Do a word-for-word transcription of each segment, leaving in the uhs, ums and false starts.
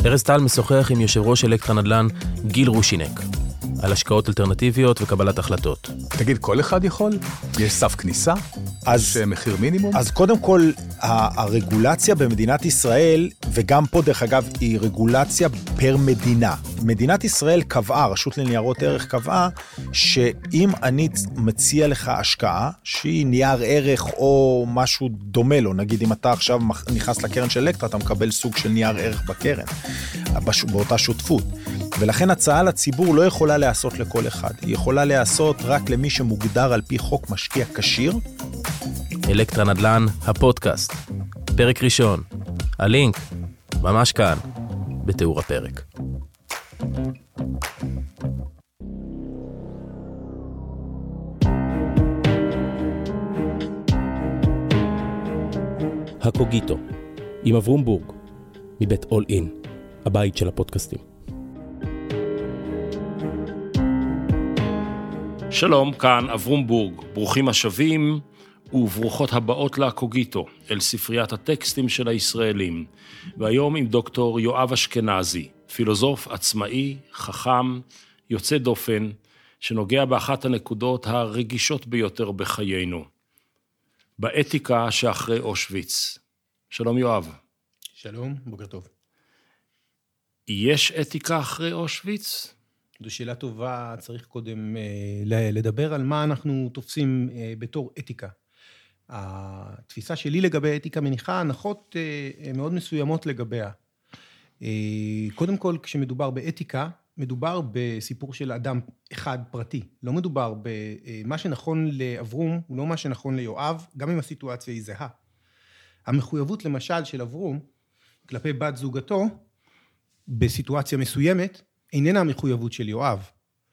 ארז טל משוחח עם יושב ראש אלקטרה נדל"ן גיל רושינק על השקעות אלטרנטיביות וקבלת החלטות. תגיד, כל אחד יכול? יש סף כניסה? אז, יש מחיר מינימום? אז קודם כל, הרגולציה במדינת ישראל, וגם פה דרך אגב, היא רגולציה פר מדינה. מדינת ישראל קבעה, רשות לניירות ערך קבעה, שאם אני מציע לך השקעה, שהיא נייר ערך או משהו דומה לו, נגיד אם אתה עכשיו נכנס לקרן של אלקטרה, אתה מקבל סוג של נייר ערך בקרן, באותה שותפות. ולכן הצעה לציבור לא יכולה לעשות לכל אחד. היא יכולה לעשות רק למי שמוגדר על פי חוק משקיע כשיר. אלקטרה נדל"ן, הפודקאסט. פרק ראשון. הלינק, ממש כאן, בתיאור הפרק. הקוגיטו, עם אברום בורג, מבית אול אין, הבית של הפודקאסטים. שלום, כאן אברום בורג, ברוכים השבים וברוכות הבאות לקוגיטו, אל ספריית הטקסטים של הישראלים, והיום עם דוקטור יואב אשכנזי, פילוסוף עצמאי, חכם, יוצא דופן, שנוגע באחת הנקודות הרגישות ביותר בחיינו, באתיקה שאחרי אושוויץ. שלום יואב. שלום, בוקר טוב. יש אתיקה אחרי אושוויץ? זו שאלה טובה, צריך קודם לדבר על מה אנחנו תופסים בתור אתיקה. התפיסה שלי לגבי אתיקה מניחה הנחות מאוד מסוימות לגביה. קודם כל, כשמדובר באתיקה, מדובר בסיפור של אדם אחד פרטי. לא מדובר במה שנכון לאברום, הוא לא מה שנכון ליואב, גם אם הסיטואציה היא זהה. המחויבות למשל של אברום, כלפי בת זוגתו, בסיטואציה מסוימת, איננה המחויבות של יואב.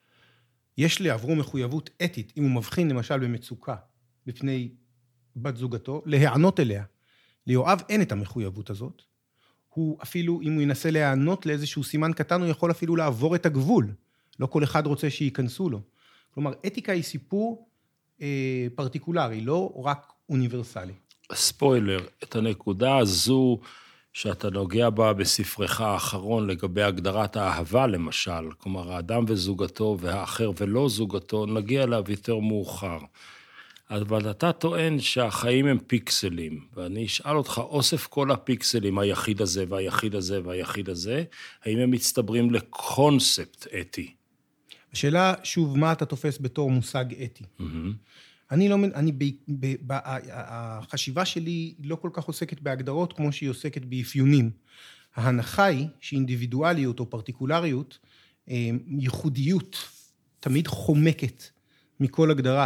יש לאברום מחויבות אתית, אם הוא מבחין למשל במצוקה, בפני בת זוגתו, להיענות אליה. ליואב אין את המחויבות הזאת. הוא אפילו, אם הוא ינסה להיענות לאיזשהו סימן קטן, הוא יכול אפילו לעבור את הגבול. לא כל אחד רוצה שייכנסו לו. כלומר, אתיקה היא סיפור אה, פרטיקולרי, לא רק אוניברסלי. ספוילר, את הנקודה הזו שאתה נוגע בה בספרך האחרון לגבי הגדרת האהבה למשל, כלומר האדם וזוגתו והאחר ולא זוגתו, נגיע אליו יותר מאוחר. אבל אתה טוען שהחיים הם פיקסלים, ואני אשאל אותך, אוסף כל הפיקסלים, היחיד הזה והיחיד הזה והיחיד הזה, האם הם מצטברים לקונספט אתי? השאלה, שוב, מה אתה תופס בתור מושג אתי? Mm-hmm. אני לא, אני, ב, ב, ב, החשיבה שלי לא כל כך עוסקת בהגדרות כמו שהיא עוסקת באפיונים. ההנחה היא שאינדיבידואליות או פרטיקולריות, ייחודיות, תמיד חומקת מכל הגדרה.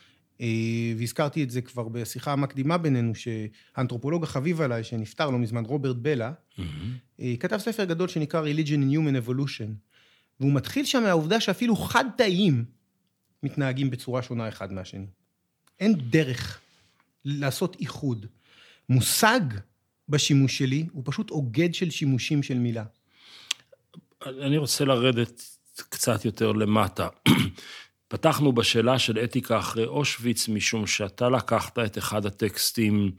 והזכרתי את זה כבר בשיחה המקדימה בינינו, שהאנתרופולוג החביב עליי, שנפטר לא מזמן, רוברט בלה, mm-hmm. כתב ספר גדול שנקרא Religion in Human Evolution, והוא מתחיל שם מהעובדה שאפילו חד תאיים מתנהגים בצורה שונה אחד מהשני. אין דרך לעשות איחוד. מושג בשימוש שלי הוא פשוט אוגד של שימושים של מילה. אני רוצה לרדת קצת יותר למטה. פתחנו בשאלה של אתיקה אחרי אושוויץ, משום שאתה לקחת את אחד הטקסטים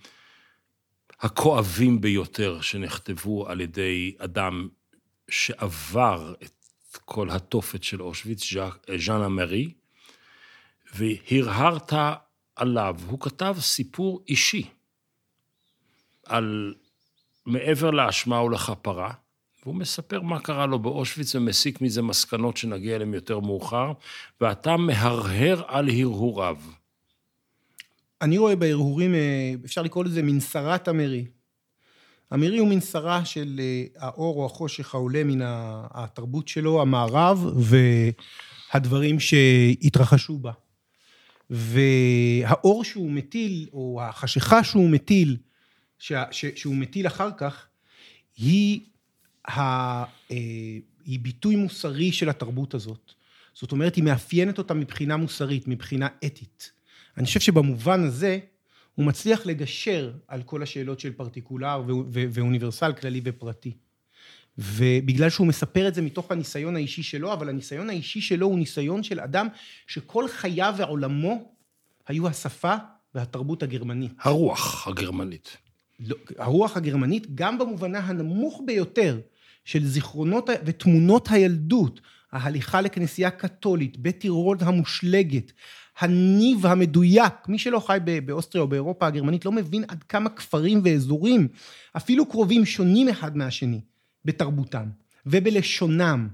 הכואבים ביותר שנכתבו על ידי אדם שעבר את כל התופת של אושוויץ, ז'אן אמרי, והרהרת עליו. הוא כתב סיפור אישי על מעבר לאשמה ולכפרה, והוא מספר מה קרה לו באושוויץ ומסיק מזה מסקנות שנגיע אליהם יותר מאוחר, ואתה מהרהר על הרהוריו. אני רואה בהרהורים, אפשר לקרוא לזה מנסרת אמרי. אמרי הוא מנסרה של האור או החושך העולה מן התרבות שלו, המערב, והדברים שהתרחשו בה. והאור שהוא מטיל, או החשיכה שהוא מטיל, שהוא מטיל אחר כך, היא, היא ביטוי מוסרי של התרבות הזאת. זאת אומרת, היא מאפיינת אותה מבחינה מוסרית, מבחינה אתית. אני חושב שבמובן הזה, הוא מצליח לגשר על כל השאלות של פרטיקולר ואוניברסל, כללי ופרטי. ובגלל שהוא מספר את זה מתוך הניסיון האישי שלו, אבל הניסיון האישי שלו הוא ניסיון של אדם שכל חייו ועולמו היו השפה והתרבות הגרמנית. הרוח הגרמנית. לא, הרוח הגרמנית, גם במובנה הנמוך ביותר של זיכרונות ותמונות הילדות, ההליכה לכנסייה קתולית, בית טירול המושלגת, הניב המדויק, מי שלא חי באוסטריה או באירופה הגרמנית לא מבין עד כמה כפרים ואזורים, אפילו קרובים שונים אחד מהשני, בתרבותם ובלשונם.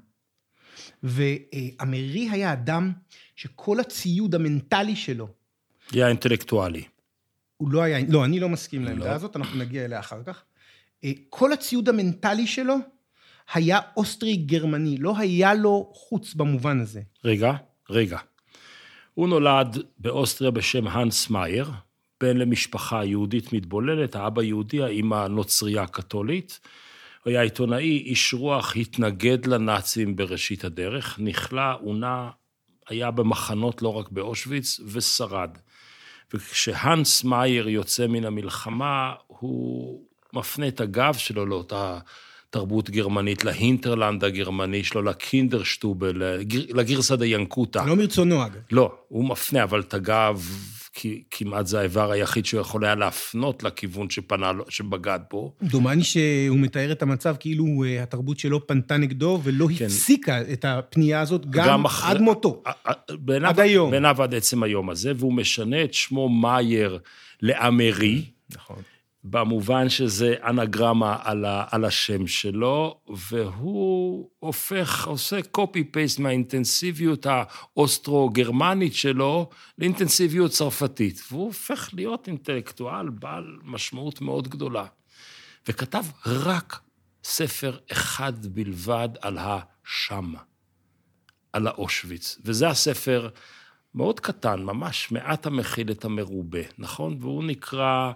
ואמרי היה אדם שכל הציוד המנטלי שלו, היה אינטלקטואלי. הוא לא היה, לא, אני לא מסכים לעמדה הזאת, אנחנו נגיע אליה אחר כך. כל הציוד המנטלי שלו היה אוסטרי גרמני, לא היה לו חוץ במובן הזה. רגע, רגע. הוא נולד באוסטריה בשם הנס מאייר, בן למשפחה יהודית מתבוללת, האבא יהודי, האמא נוצריה קתולית. הוא היה עיתונאי, איש רוח, התנגד לנאצים בראשית הדרך, נכלה, עונה, היה במחנות לא רק באושוויץ, ושרד. וכשהנס מאייר יוצא מן המלחמה, הוא מפנה את הגב שלו לאותה תרבות גרמנית, להינטרלנד הגרמני שלו, לקינדרשטובל, לגרסא דיינקותא. לא מרצונו אגב. לא, הוא מפנה, אבל את הגב, כמעט זה האיבר היחיד שהוא יכול היה להפנות לכיוון שפנה, שבגד בו. דומני שהוא מתאר את המצב כאילו התרבות שלו פנתה נגדו, ולא כן. הפסיקה את הפנייה הזאת גם, גם אחרי, עד מותו. בעיניו, עד היום. בעיניו עד עצם היום הזה, והוא משנה את שמו מאייר לאמרי. נכון. במובן שזה אנגרמה על, ה, על השם שלו, והוא הופך, עושה קופי-פייסט מהאינטנסיביות האוסטרו-גרמנית שלו, לאינטנסיביות צרפתית, והוא הופך להיות אינטלקטואל בעל משמעות מאוד גדולה. וכתב רק ספר אחד בלבד על השם, על האושוויץ, וזה הספר מאוד קטן, ממש מעט המכיל את המרובה, נכון? והוא נקרא...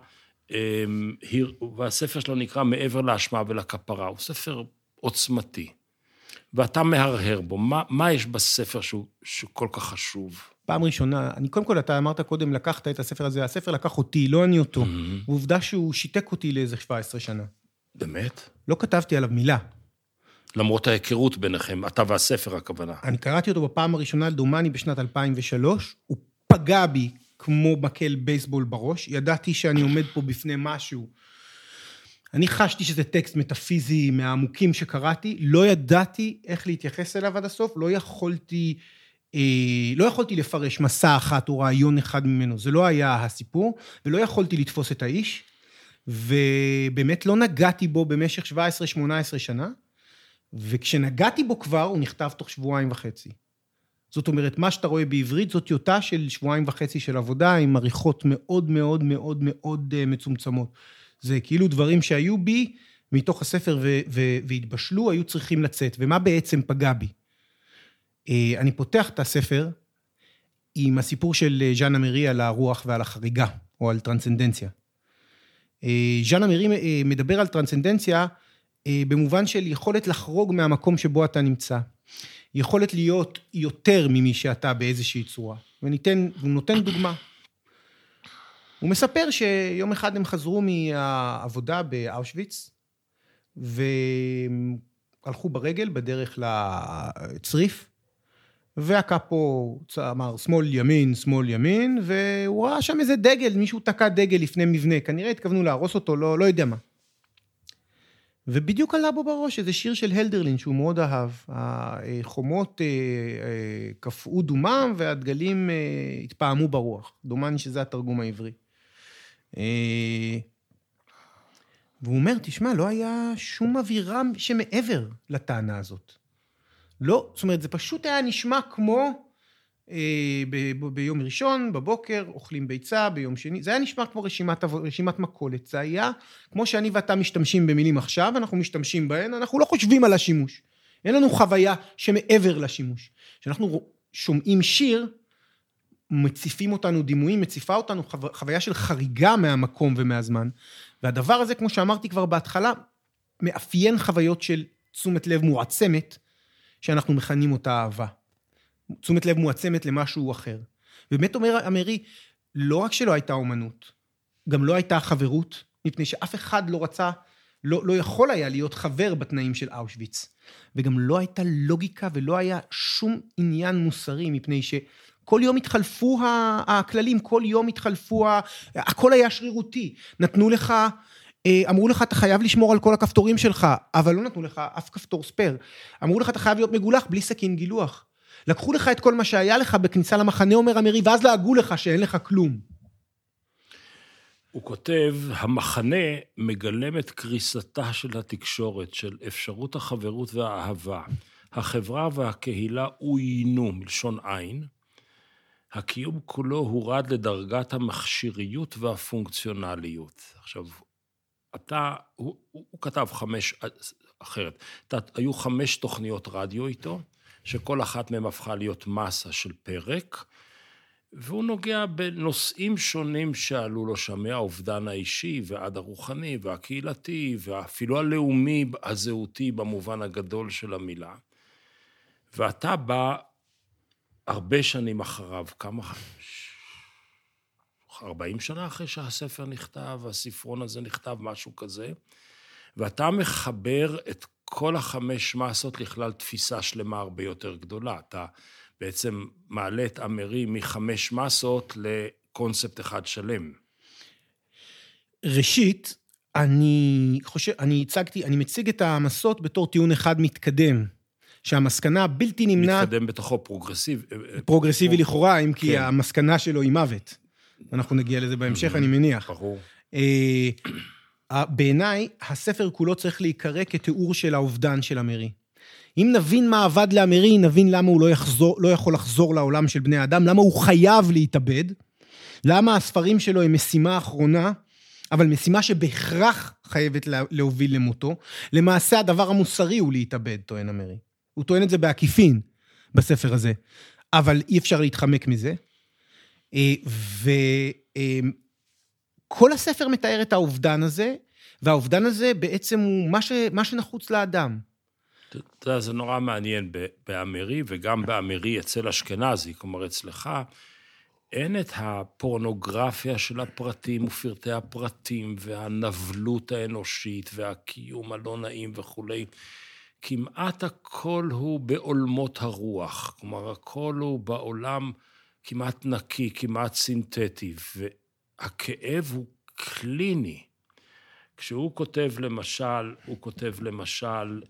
והספר שלו נקרא מעבר להאשמה ולכפרה, הוא ספר עוצמתי, ואתה מהרהר בו, מה, מה יש בספר שהוא, שהוא כל כך חשוב? פעם ראשונה, אני קודם כל, אתה אמרת קודם, לקחת את הספר הזה, הספר לקח אותי, לא אני אותו, mm-hmm. ועובדה שהוא שיתק אותי לאיזה שבע עשרה שנה. באמת? לא כתבתי עליו מילה. למרות ההיכרות ביניכם, אתה והספר הכוונה. אני קראתי אותו בפעם הראשונה, דומני בשנת אלפיים ושלוש, הוא פגע בי, כמו מקל בייסבול בראש, ידעתי שאני עומד פה בפני משהו, אני חשתי שזה טקסט מטאפיזי מהעמוקים שקראתי, לא ידעתי איך להתייחס אליו עד הסוף, לא יכולתי, אה, לא יכולתי לפרש מסע אחת או רעיון אחד ממנו, זה לא היה הסיפור, ולא יכולתי לתפוס את האיש, ובאמת לא נגעתי בו במשך שבע עשרה שמונה עשרה שנה, וכשנגעתי בו כבר הוא נכתב תוך שבועיים וחצי. זאת אומרת, מה שאתה רואה בעברית, זאת טיוטה של שבועיים וחצי של עבודה, עם עריכות מאוד מאוד מאוד מאוד מצומצמות. זה כאילו דברים שהיו בי, מתוך הספר ו- ו- והתבשלו, היו צריכים לצאת. ומה בעצם פגע בי? אני פותח את הספר, עם הסיפור של ז'אן אמרי על הרוח ועל החריגה, או על טרנסצנדנציה. ז'אן אמרי מדבר על טרנסצנדנציה, במובן של יכולת לחרוג מהמקום שבו אתה נמצא. יכולת להיות יותר ממי שאתה באיזושהי צורה. וניתן, והוא נותן דוגמה. הוא מספר שיום אחד הם חזרו מהעבודה באושוויץ, והלכו ברגל בדרך לצריף, והקאפו אמר שמאל ימין, שמאל ימין, והוא ראה שם איזה דגל, מישהו תקע דגל לפני מבנה, כנראה התכוונו להרוס אותו, לא, לא יודע מה. ובדיוק עלה בו בראש איזה שיר של הלדרלין, שהוא מאוד אהב. החומות קפאו דומם, והדגלים התפעמו ברוח. דומני שזה התרגום העברי. והוא אומר, תשמע, לא היה שום אווירה שמעבר לטענה הזאת. לא, זאת אומרת, זה פשוט היה נשמע כמו ב- ביום ראשון, בבוקר, אוכלים ביצה, ביום שני, זה היה נשמע כמו רשימת, רשימת מקולת, זה היה כמו שאני ואתה משתמשים במילים עכשיו, אנחנו משתמשים בהן, אנחנו לא חושבים על השימוש, אין לנו חוויה שמעבר לשימוש. כשאנחנו שומעים שיר, מציפים אותנו דימויים, מציפה אותנו חו... חוויה של חריגה מהמקום ומהזמן, והדבר הזה, כמו שאמרתי כבר בהתחלה, מאפיין חוויות של תשומת לב מועצמת, שאנחנו מכנים אותה אהבה. תשומת לב מועצמת למשהו אחר. ובאמת אומר אמרי, לא רק שלא הייתה אומנות, גם לא הייתה חברות, מפני שאף אחד לא רצה, לא, לא יכול היה להיות חבר בתנאים של אושוויץ. וגם לא הייתה לוגיקה ולא היה שום עניין מוסרי, מפני שכל יום התחלפו הכללים, כל יום התחלפו, הכל היה שרירותי. נתנו לך אמרו לך, אתה חייב לשמור על כל הכפתורים שלך, אבל לא נתנו לך אף כפתור ספר. אמרו לך, אתה חייב להיות מגולח בלי סכין גילוח. לקחו לך את כל מה שהיה לך בכניסה למחנה, אומר אמרי, ואז לעגו לך שאין לך כלום. הוא כותב, המחנה מגלם את קריסתה של התקשורת, של אפשרות החברות והאהבה. החברה והקהילה עוינו, מלשון עין. הקיום כולו הורד לדרגת המכשיריות והפונקציונליות. עכשיו, אתה, הוא, הוא, הוא כתב חמש, אחרת, היו חמש תוכניות רדיו איתו, שכל אחת מהן הפכה להיות מסה של פרק, והוא נוגע בנושאים שונים שעלו לו שם, מהאובדן האישי ועד הרוחני והקהילתי, ואפילו הלאומי, הזהותי במובן הגדול של המילה. ואתה בא הרבה שנים אחריו, כמה... ארבעים שנה אחרי שהספר נכתב, הספרון הזה נכתב, משהו כזה, ואתה מחבר את כל החמש מסות לכלל תפיסה שלמה הרבה יותר גדולה. אתה בעצם מעלה את אמרי מחמש מסות לקונספט אחד שלם. ראשית, אני חושב, אני הצגתי, אני מציג את המסות בתור טיעון אחד מתקדם, שהמסקנה בלתי נמנעת... מתקדם בתוכו פרוגרסיבי. פרוגרסיבי לכאורה, אם כי המסקנה שלו היא מוות. אנחנו נגיע לזה בהמשך, אני מניח. ברור. בעיניי, הספר כולו צריך להיקרא כתיאור של האובדן של אמרי. אם נבין מה עבד לאמרי, נבין למה הוא לא, יחזור, לא יכול לחזור לעולם של בני אדם, למה הוא חייב להתאבד, למה הספרים שלו הם משימה אחרונה, אבל משימה שבהכרח חייבת להוביל למותו. למעשה הדבר המוסרי הוא להתאבד, טוען אמרי. הוא טוען את זה בעקיפין בספר הזה, אבל אי אפשר להתחמק מזה. וכל הספר מתאר את האובדן הזה, והאובדן הזה בעצם הוא מה, ש... מה שנחוץ לאדם. אתה יודע, זה נורא מעניין באמרי, וגם באמרי אצל אשכנזי, כלומר אצלך, אין את הפורנוגרפיה של הפרטים ופרטי הפרטים, והנבלות האנושית, והקיום הלא נעים וכולי. כמעט הכל הוא בעולמות הרוח, כלומר הכל הוא בעולם כמעט נקי, כמעט סינתטי, והכאב הוא קליני. כשהוא כותב למשל, הוא כותב למשל,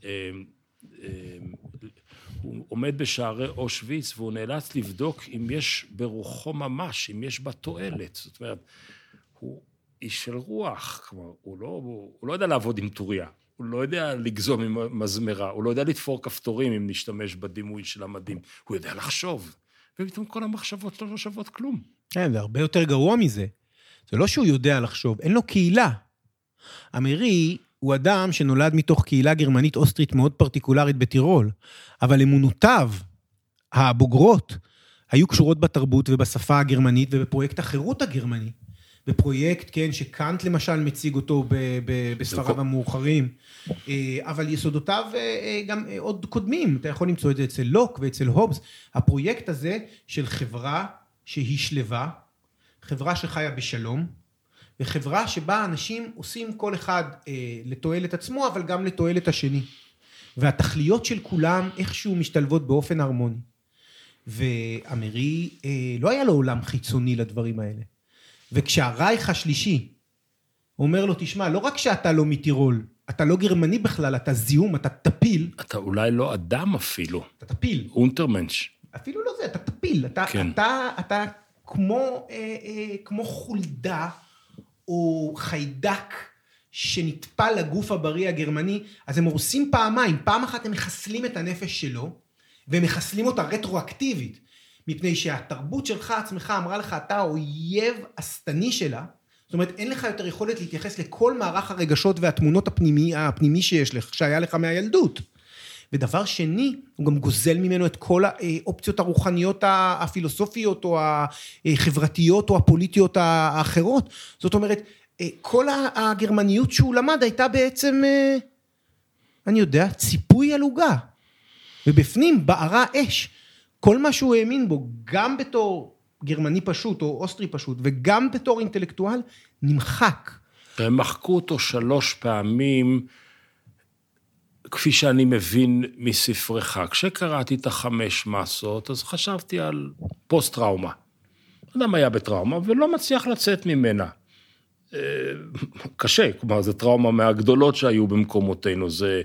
הוא עומד בשערי אושוויץ, והוא נאלץ לבדוק אם יש ברוחו ממש, אם יש בה תועלת. זאת אומרת, הוא איש של רוח, כלומר, הוא לא, הוא, הוא לא יודע לעבוד עם טוריה, הוא לא יודע לגזום עם מזמרה, הוא לא יודע לתפור כפתורים אם נשתמש בדימוי של המדים, הוא יודע לחשוב, ופתאום כל המחשבות לא שוות כלום. כן, זה הרבה יותר גרוע מזה. זה לא שהוא יודע לחשוב, אין לו קהילה. אמרי הוא אדם שנולד מתוך קהילה גרמנית אוסטרית מאוד פרטיקולרית בטירול, אבל אמונותיו הבוגרות היו קשורות בתרבות ובשפה הגרמנית ובפרויקט החירות הגרמני. בפרויקט, כן, שקאנט למשל מציג אותו בספריו המאוחרים, אבל יסודותיו גם עוד קודמים, אתה יכול למצוא את זה אצל לוק ואצל הובס, הפרויקט הזה של חברה שהיא שלווה, חברה שחיה בשלום, וחברה שבה אנשים עושים כל אחד לתועלת עצמו, אבל גם לתועלת השני, והתכליות של כולם איכשהו משתלבות באופן הרמוני, ואמרי לא היה לו עולם חיצוני לדברים האלה, וכשהרייך השלישי אומר לו, תשמע, לא רק שאתה לא מטירול, אתה לא גרמני בכלל, אתה זיהום, אתה טפיל. אתה אולי לא אדם אפילו. אתה טפיל. אונטרמנש. אפילו לא זה, אתה טפיל. אתה, כן. אתה, אתה כמו, אה, אה, כמו חולדה או חיידק שנטפל לגוף הבריא הגרמני, אז הם הורסים פעמיים. פעם אחת הם מחסלים את הנפש שלו, והם מחסלים אותה רטרואקטיבית. מפני שהתרבות שלך עצמך אמרה לך, אתה האויב השטני שלה, זאת אומרת, אין לך יותר יכולת להתייחס לכל מערך הרגשות והתמונות הפנימי, הפנימי שיש לך, שהיה לך מהילדות. ודבר שני, הוא גם גוזל ממנו את כל האופציות הרוחניות הפילוסופיות, או החברתיות, או הפוליטיות האחרות. זאת אומרת, כל הגרמניות שהוא למד הייתה בעצם, אני יודע, ציפוי על עוגה. ובפנים בערה אש. כל מה שהוא האמין בו, גם בתור גרמני פשוט או אוסטרי פשוט, וגם בתור אינטלקטואל, נמחק. הם מחקו אותו שלוש פעמים, כפי שאני מבין מספרך. כשקראתי את החמש מסות, אז חשבתי על פוסט-טראומה. אדם היה בטראומה, ולא מצליח לצאת ממנה. קשה, כלומר, זה טראומה מהגדולות שהיו במקומותינו, זה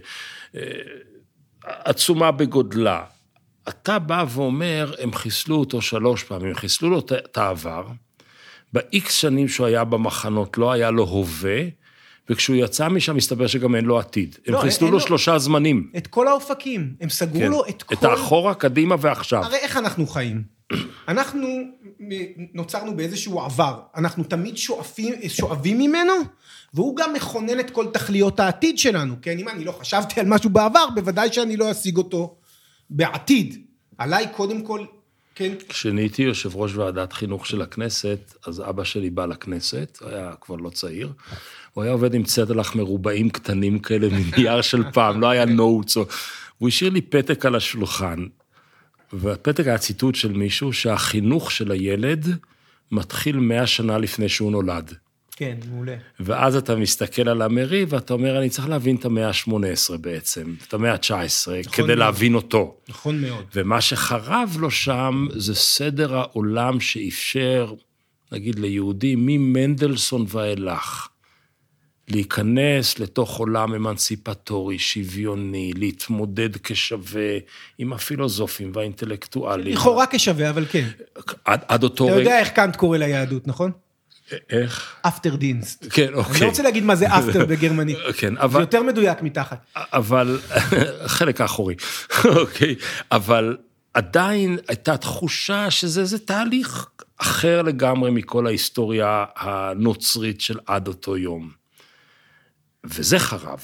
עצומה בגודלה. אתה בא ואומר, הם חיסלו אותו שלוש פעמים, הם חיסלו לו את העבר, ב-X שנים שהוא היה במחנות, לא היה לו הווה, וכשהוא יצא משם, מסתבר שגם אין לו עתיד. הם חיסלו לו שלושה זמנים. את כל האופקים, הם סגרו לו את כל... את האחורה, קדימה ועכשיו. הרי איך אנחנו חיים? אנחנו נוצרנו באיזשהו עבר, אנחנו תמיד שואפים, שואבים ממנו, והוא גם מכונן את כל תכליות העתיד שלנו, כן? אם אני לא חשבתי על משהו בעבר, בוודאי שאני לא אשיג אותו בעתיד. עליי קודם כל, כן? כשנהייתי יושב ראש ועדת חינוך של הכנסת, אז אבא שלי בא לכנסת, הוא היה כבר לא צעיר, הוא היה עובד עם צדלח מרובעים קטנים כאלה, מנייר של פעם, לא היה נוטס, הוא השאיר לי פתק על השולחן, והפתק היה ציטוט של מישהו, שהחינוך של הילד מתחיל מאה שנה לפני שהוא נולד. כן, מעולה. ואז אתה מסתכל על המרי, ואתה אומר, אני צריך להבין את המאה ה-שמונה עשרה בעצם, את המאה ה-תשע עשרה, נכון כדי מאוד. להבין אותו. נכון מאוד. ומה שחרב לו שם, זה סדר העולם שאפשר, נגיד ליהודים, ממנדלסון ואילך, להיכנס לתוך עולם אמנסיפטורי, שוויוני, להתמודד כשווה עם הפילוסופים והאינטלקטואלים. לכאורה כשווה, אבל כן. עד, עד אותו אתה יודע איך קאנט קורא ליהדות, נכון? איך? אפטר דינסט. כן, אוקיי. אני לא רוצה להגיד מה זה אפטר בגרמנית. כן, אבל... זה יותר מדויק מתחת. אבל, חלק האחורי, אוקיי, אבל עדיין הייתה תחושה שזה זה תהליך אחר לגמרי מכל ההיסטוריה הנוצרית של עד אותו יום. וזה חרב.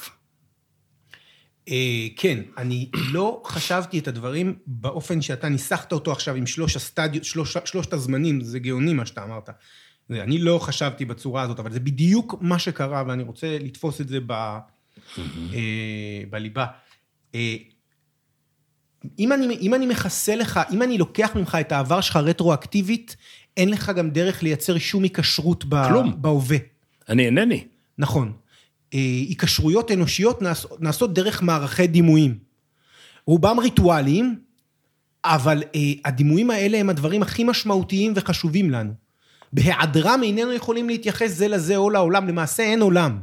כן, אני לא חשבתי את הדברים באופן שאתה ניסחת אותו עכשיו עם שלוש הסטדיות, שלושת הזמנים, זה גאוני מה שאתה אמרת. אני לא חשבתי בצורה הזאת, אבל זה בדיוק מה שקרה, ואני רוצה לתפוס את זה בליבה. אם אני, אם אני מחסה לך, אם אני לוקח ממך את העבר שלך רטרואקטיבית, אין לך גם דרך לייצר שום היקשרות בהווה. אני אינני. נכון. היקשרויות אנושיות נעשות דרך מערכי דימויים. רובם ריטואליים, אבל הדימויים האלה הם הדברים הכי משמעותיים וחשובים לנו. בהיעדרם איננו יכולים להתייחס זה לזה או לעולם, למעשה אין עולם.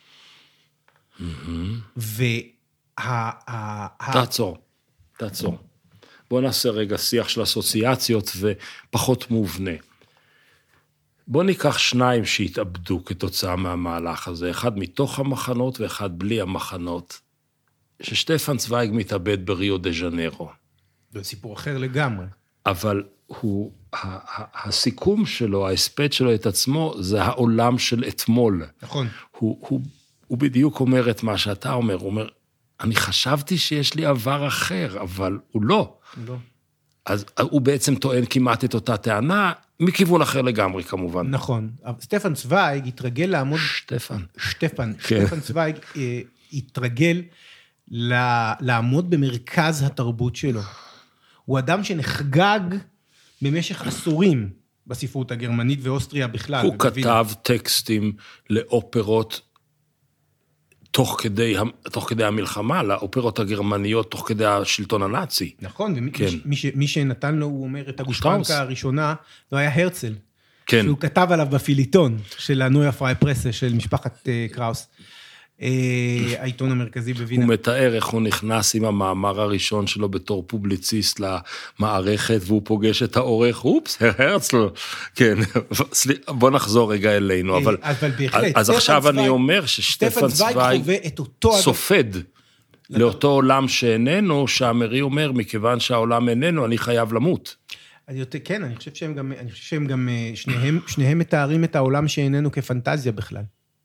תעצור, תעצור. בוא נעשה רגע שיח של אסוציאציות ופחות מובנה. בוא ניקח שניים שהתאבדו כתוצאה מהמהלך הזה, אחד מתוך המחנות ואחד בלי המחנות, ששטפן צוויג מתאבד בריו דה ז'נרו. זה סיפור אחר לגמרי. אבל הוא, הסיכום שלו, ההספד שלו את עצמו, זה העולם של אתמול. נכון. הוא, הוא, הוא בדיוק אומר את מה שאתה אומר, הוא אומר, אני חשבתי שיש לי עבר אחר, אבל הוא לא. לא. אז הוא בעצם טוען כמעט את אותה טענה, מכיוון אחר לגמרי כמובן. נכון. סטפן צוויג התרגל לעמוד... שטפן. שטפן. שטפן צוויג התרגל לעמוד במרכז התרבות שלו. הוא אדם שנחגג במשך עשורים בספרות הגרמנית ואוסטריה בכלל. הוא כתב טקסטים לאופרות תוך כדי, תוך כדי המלחמה, לאופרות הגרמניות תוך כדי השלטון הנאצי. נכון, ומי כן. מי, מי שנתן לו, הוא אומר, את הגושפנקה הראשונה, לא היה הרצל. כן. שהוא כתב עליו בפיליטון של הנויה פריי פרסה, של משפחת קראוס. העיתון המרכזי בווינה. הוא מתאר איך הוא נכנס עם המאמר הראשון שלו בתור פובליציסט למערכת, והוא פוגש את העורך, אופס, הרצל, כן, בוא נחזור רגע אלינו, אבל, אבל בהחלט, אז עכשיו אני אומר ששטפן צוויג סופד לאותו עולם שאיננו, שהמרי אומר, מכיוון שהעולם איננו, אני חייב למות. כן, אני חושב שהם גם, אני חושב שהם גם, שניהם, שניהם מתארים את העולם שאיננו כפנטזיה בכלל.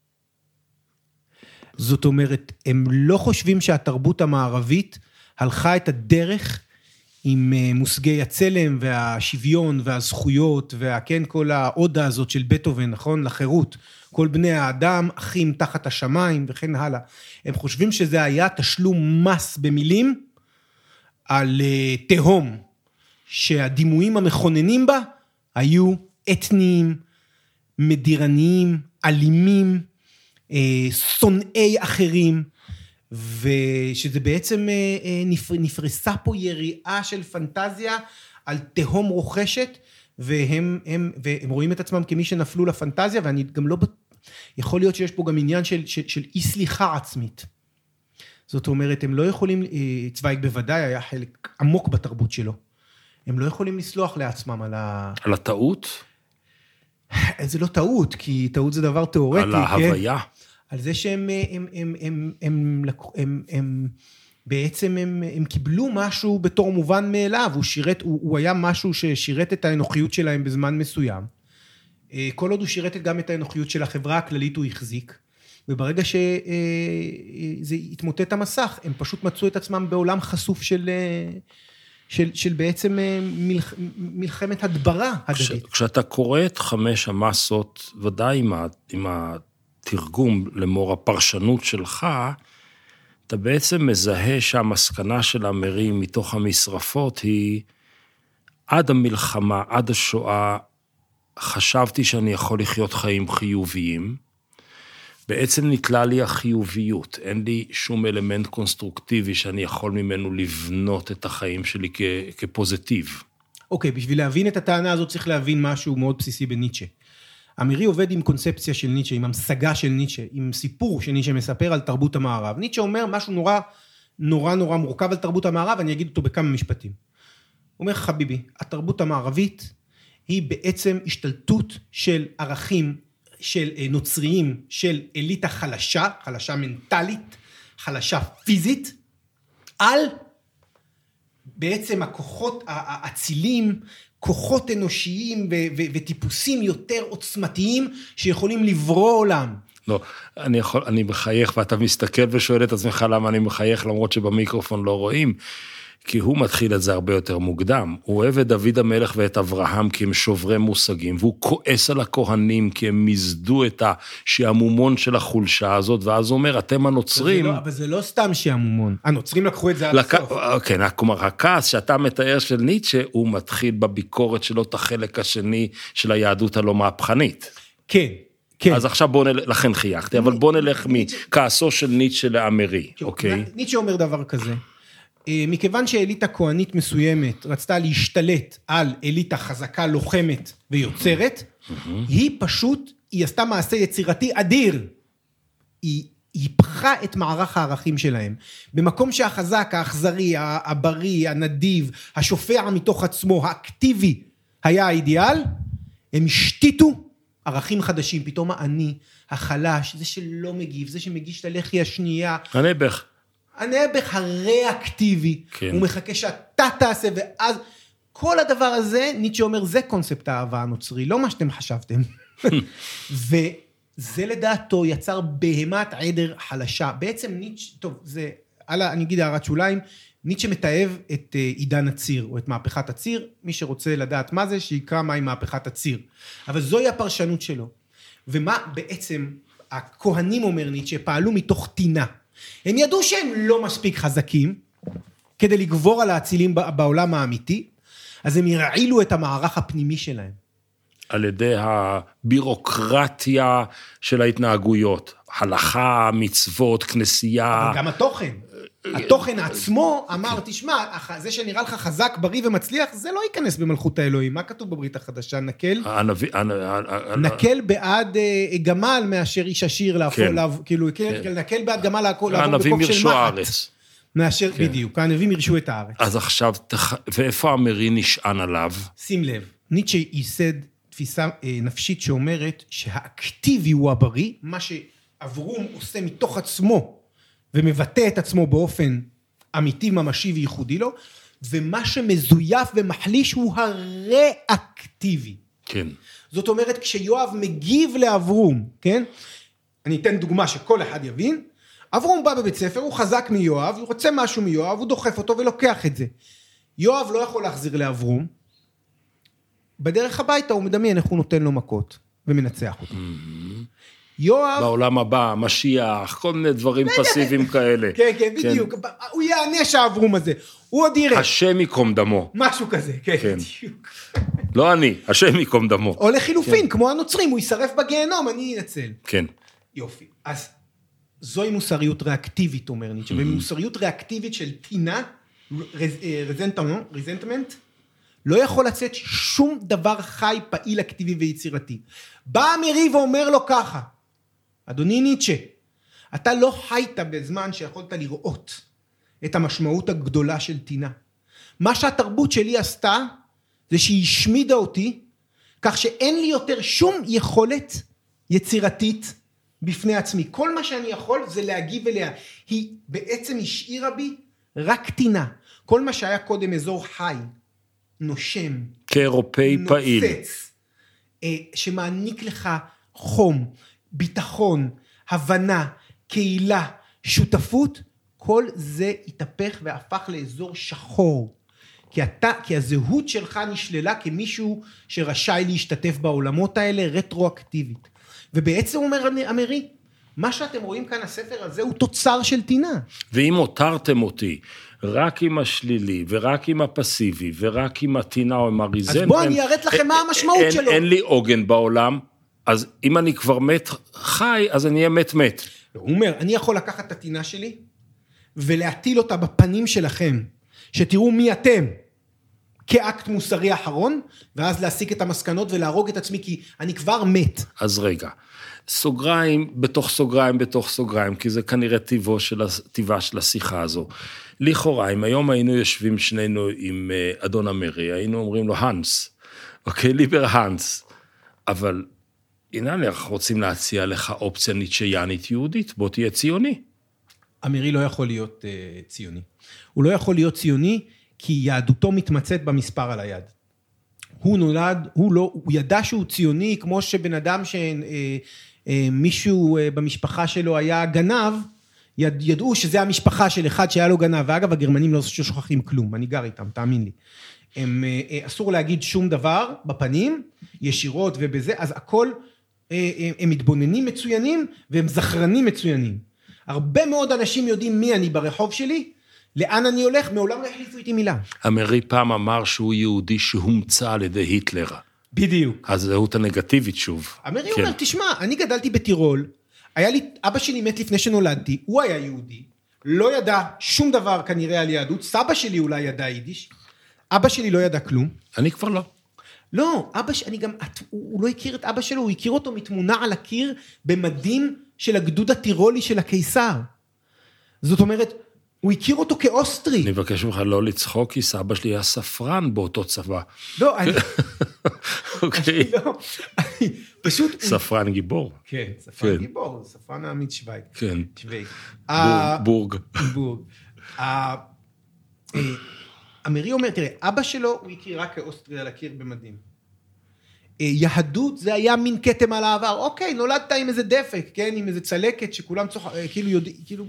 זאת אומרת, הם לא חושבים שהתרבות המערבית הלכה את הדרך עם מושגי הצלם והשוויון והזכויות והכן כל העודה הזאת של בטהובן, נכון? לחירות. כל בני האדם, אחים תחת השמיים וכן הלאה. הם חושבים שזה היה תשלום מס במילים על תהום, שהדימויים המכוננים בה היו אתניים, מדירניים, אלימים, שונאי אחרים, ושזה בעצם נפרסה פה יריעה של פנטזיה על תהום רוכשת, והם, הם, והם רואים את עצמם כמי שנפלו לפנטזיה, ואני גם לא, יכול להיות שיש פה גם עניין של, של, של אי סליחה עצמית. זאת אומרת, הם לא יכולים, צוויג בוודאי היה חלק עמוק בתרבות שלו. הם לא יכולים לסלוח לעצמם על ה... על הטעות? זה לא טעות, כי טעות זה דבר תיאורטי. על ההוויה. כן? על זה שהם הם, הם, הם, הם, הם, הם, בעצם הם, הם קיבלו משהו בתור מובן מאליו, הוא שירת, הוא, הוא היה משהו ששירת את האנוכיות שלהם בזמן מסוים. כל עוד הוא שירת גם את האנוכיות של החברה הכללית הוא החזיק, וברגע שזה התמוטט המסך, הם פשוט מצאו את עצמם בעולם חשוף של... של, של בעצם מלח, מלחמת הדברה הדדית. כשאתה קורא את חמש המסות, ודאי עם, ה, עם התרגום למור הפרשנות שלך, אתה בעצם מזהה שהמסקנה של אמרי מתוך המשרפות היא, עד המלחמה, עד השואה, חשבתי שאני יכול לחיות חיים חיוביים, בעצם נתלה לי החיוביות, אין לי שום אלמנט קונסטרוקטיבי שאני יכול ממנו לבנות את החיים שלי כ- כפוזיטיב. אוקיי, okay, בשביל להבין את הטענה הזאת צריך להבין משהו מאוד בסיסי בניטשה. אמרי עובד עם קונספציה של ניטשה, עם המשגה של ניטשה, עם סיפור שניטשה מספר על תרבות המערב. ניטשה אומר משהו נורא, נורא נורא מורכב על תרבות המערב, אני אגיד אותו בכמה משפטים. הוא אומר, חביבי, התרבות המערבית היא בעצם השתלטות של ערכים של נוצריים, של אליטה חלשה, חלשה מנטלית, חלשה פיזית, על בעצם הכוחות האצילים, כוחות אנושיים ו- ו- וטיפוסים יותר עוצמתיים, שיכולים לברוא עולם. לא, אני יכול, אני מחייך, ואתה מסתכל ושואל את עצמך למה אני מחייך, למרות שבמיקרופון לא רואים, כי הוא מתחיל את זה הרבה יותר מוקדם. הוא אוהב את דוד המלך ואת אברהם כי הם שוברי מושגים, והוא כועס על הכהנים כי הם מזדו את השעמומון של החולשה הזאת, ואז הוא אומר, אתם הנוצרים... אבל זה לא סתם שעמומון, הנוצרים לקחו את זה עד לק... הסוף. כן, כלומר, הכעס שאתה מתאר של ניטשה, הוא מתחיל בביקורת שלו את החלק השני של היהדות הלא מהפכנית. כן. כן. אז עכשיו בוא נלך, לכן חייכתי, אבל בוא נלך מכעסו של ניטשה לאמרי, אוקיי? ניטשה אומר דבר כזה, מכיוון שאליטה כהנית מסוימת רצתה להשתלט על אליטה חזקה, לוחמת ויוצרת, היא פשוט, היא עשתה מעשה יצירתי אדיר, היא היפכה את מערך הערכים שלהם, במקום שהחזק, האכזרי, הבריא, הנדיב, השופע מתוך עצמו, האקטיבי, היה האידיאל, הם השתיתו ערכים חדשים, פתאום אני, החלש, זה שלא מגיב, זה שמגיש את הלחי השנייה. הנעבך. הנעבך הריאקטיבי, כן. הוא מחכה שאתה תעשה, ואז כל הדבר הזה, ניטשה אומר, זה קונספט האהבה הנוצרי, לא מה שאתם חשבתם. וזה לדעתו יצר בהמת עדר חלשה. בעצם ניטשה, טוב, זה, הלאה, אני אגיד הערת שוליים, ניטשה מתאהב את עידן הציר, או את מהפכת הציר, מי שרוצה לדעת מה זה, שיקרא מהי מהפכת הציר. אבל זוהי הפרשנות שלו. ומה בעצם הכהנים, אומר ניטשה, פעלו מתוך טינה. הם ידעו שהם לא מספיק חזקים, כדי לגבור על האצילים בעולם האמיתי, אז הם ירעילו את המערך הפנימי שלהם. על ידי הבירוקרטיה של ההתנהגויות, הלכה, מצוות, כנסייה. אבל גם התוכן. התוכן עצמו אמר, תשמע, זה שנראה לך חזק, בריא ומצליח, זה לא ייכנס במלכות האלוהים. מה כתוב בברית החדשה? נקל? נקל בעד גמל מאשר איש עשיר להפוך, כאילו, נקל בעד גמל לעבור הנביאים ירשו הארץ. מאשר, בדיוק, הנביאים ירשו את הארץ. אז עכשיו, ואיפה אמרי נשען עליו? שים לב, ניטשה ייסד תפיסה נפשית שאומרת שהאקטיבי הוא הבריא, מה שאברום עושה מתוך עצמו, ומבטא את עצמו באופן אמיתי, ממשי וייחודי לו, ומה שמזויף ומחליש הוא הריאקטיבי. כן. זאת אומרת, כשיואב מגיב לאברום, כן? אני אתן דוגמה שכל אחד יבין, אברום בא בבית ספר, הוא חזק מיואב, הוא רוצה משהו מיואב, הוא דוחף אותו ולוקח את זה. יואב לא יכול להחזיר לאברום, בדרך הביתה הוא מדמיין איך הוא נותן לו מכות, ומנצח אותו. יואב... בעולם הבא, משיח, כל מיני דברים פסיביים כאלה. כן, כן, בדיוק. הוא יענש האברום הזה. הוא עוד יראה. השם יקום דמו. משהו כזה, כן, בדיוק. לא אני, השם יקום דמו. או לחילופין, כמו הנוצרים, הוא יישרף בגיהנום, אני אנצל. כן. יופי. אז זוהי מוסריות ריאקטיבית, אומר ניטשה, ומוסריות ריאקטיבית של טינה, ריזנטמנט, לא יכול לצאת שום דבר חי, פעיל, אקטיבי ויצירתי. בא אמרי ואומר לו ככה, אדוני ניטשה, אתה לא חיית בזמן שיכולת לראות את המשמעות הגדולה של טינה. מה שהתרבות שלי עשתה, זה שהיא השמידה אותי, כך שאין לי יותר שום יכולת יצירתית בפני עצמי. כל מה שאני יכול זה להגיב אליה. היא בעצם השאירה בי רק טינה. כל מה שהיה קודם אזור חי, נושם, כאירופאי פעיל. נוצץ, שמעניק לך חום, ביטחון, הבנה, קהילה, שותפות, כל זה התהפך והפך לאזור שחור. כי אתה, כי הזהות שלך נשללה כמישהו שרשאי להשתתף בעולמות האלה רטרואקטיבית. ובעצם אומר אמרי, מה שאתם רואים כאן, הספר הזה הוא תוצר של טינה. ואם הותרתם אותי רק עם השלילי, ורק עם הפסיבי, ורק עם הטינה או עם הריזן, אז בוא אני אראה לכם מה המשמעות אין, שלו. אין לי עוגן בעולם, אז אם אני כבר מת חי, אז אני אהיה מת מת. הוא אומר, אני יכול לקחת את הטינה שלי, ולהטיל אותה בפנים שלכם, שתראו מי אתם, כאקט מוסרי אחרון, ואז להסיק את המסקנות ולהרוג את עצמי, כי אני כבר מת. אז רגע, סוגריים, בתוך סוגריים, בתוך סוגריים, כי זה כנראה טבעו של, טבעה של השיחה הזו. לכאורה, אם היום היינו יושבים שנינו עם אדון אמרי, היינו אומרים לו, הנס, אוקיי, ליבר הנס, אבל הנה, אנחנו רוצים להציע לך אופציה ניטשיאנית יהודית, בוא תהיה ציוני. אמרי לא יכול להיות uh, ציוני. הוא לא יכול להיות ציוני, כי יהדותו מתמצאת במספר על היד. הוא נולד, הוא לא, הוא ידע שהוא ציוני, כמו שבן אדם שמישהו במשפחה שלו היה גנב, יד, ידעו שזה המשפחה של אחד שהיה לו גנב, ואגב הגרמנים לא שוכחים כלום, אני גר איתם, תאמין לי. הם, אסור להגיד שום דבר בפנים, ישירות ובזה, אז הכל, הם מתבוננים מצוינים, והם זכרנים מצוינים. הרבה מאוד אנשים יודעים מי אני ברחוב שלי, לאן אני הולך, מעולם לא החליפו איתי מילה. אמרי פעם אמר שהוא יהודי שהומצא על ידי היטלר. בדיוק. אז זהות הנגטיבית שוב. אמרי אומר, תשמע, אני גדלתי בטירול, היה לי, אבא שלי מת לפני שנולדתי, הוא היה יהודי, לא ידע שום דבר כנראה על יהדות, סבא שלי אולי ידע יידיש, אבא שלי לא ידע כלום. אני כבר לא. לא, אבא שלי, אני גם, הוא לא הכיר את אבא שלו, הוא הכיר אותו מתמונה על הקיר, במדים של הגדוד הטירולי של הקיסר. זאת אומרת, הוא הכיר אותו כאוסטרי. אני מבקש ממך לא לצחוק, כי סבא שלי היה ספרן באותו צבא. לא, אני... אוקיי. לא, אני פשוט... ספרן גיבור. כן, ספרן גיבור, ספרן העמית שווי. כן. שווי. בורג. בורג. אמרי אומר, תראה, אבא שלו הוא הכיר רק כאוסטרי על הקיר במדים. יהדות זה היה מין כתם על העבר. אוקיי, נולדת עם איזה דפק, כן, עם איזה צלקת שכולם צוח... כאילו יודעים, כאילו...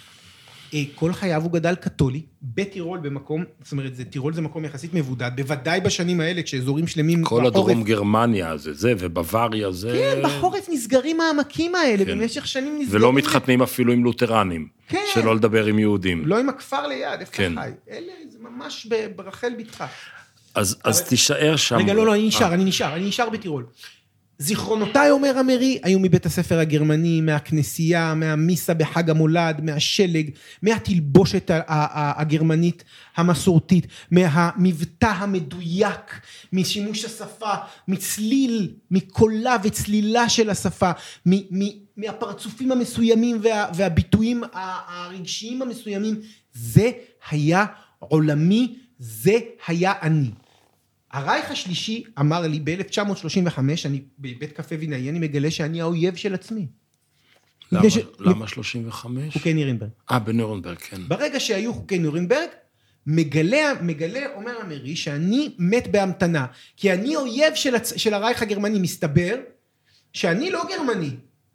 כל חייו הוא גדל קתולי, בטירול במקום, זאת אומרת, זה, טירול זה מקום יחסית מבודד, בוודאי בשנים האלה, כשאזורים שלמים... כל בחורף, הדרום גרמניה זה זה, ובוואריה זה... כן, בחורף נסגרים העמקים האלה, כן. במשך שנים נסגרים... ולא מתחתנים אפילו עם לותרנים, כן. שלא לדבר עם יהודים. לא עם הכפר ליד, איפה כן. חי. אלה, זה ממש ברחל בתך. אז, אז אבל... תישאר שם... רגע, לא, לא, אני נשאר, אני נשאר, אני נשאר בטירול. זיכרונותיי, אומר אמרי, היו מבית הספר הגרמני, מהכנסייה, מהמיסה בחג המולד, מהשלג, מהתלבושת הגרמנית המסורתית, מהמבטא המדויק, משימוש השפה, מצליל, מקולה וצלילה של השפה, מהפרצופים המסוימים והביטויים הרגשיים המסוימים. זה היה עולמי, זה היה אני. הרייך השלישי אמר לי ב-אלף תשע מאות שלושים וחמש, אני בבית קפה וינאי, אני מגלה שאני האויב של עצמי. למה, ש... למה שלושים וחמש? חוקי נירנברג. אה, בנירנברג, כן. ברגע שהיו חוקי נירנברג, מגלה, מגלה, אומר אמרי, שאני מת בהמתנה, כי אני אויב של, הצ... של הרייך הגרמני, מסתבר שאני לא גרמני.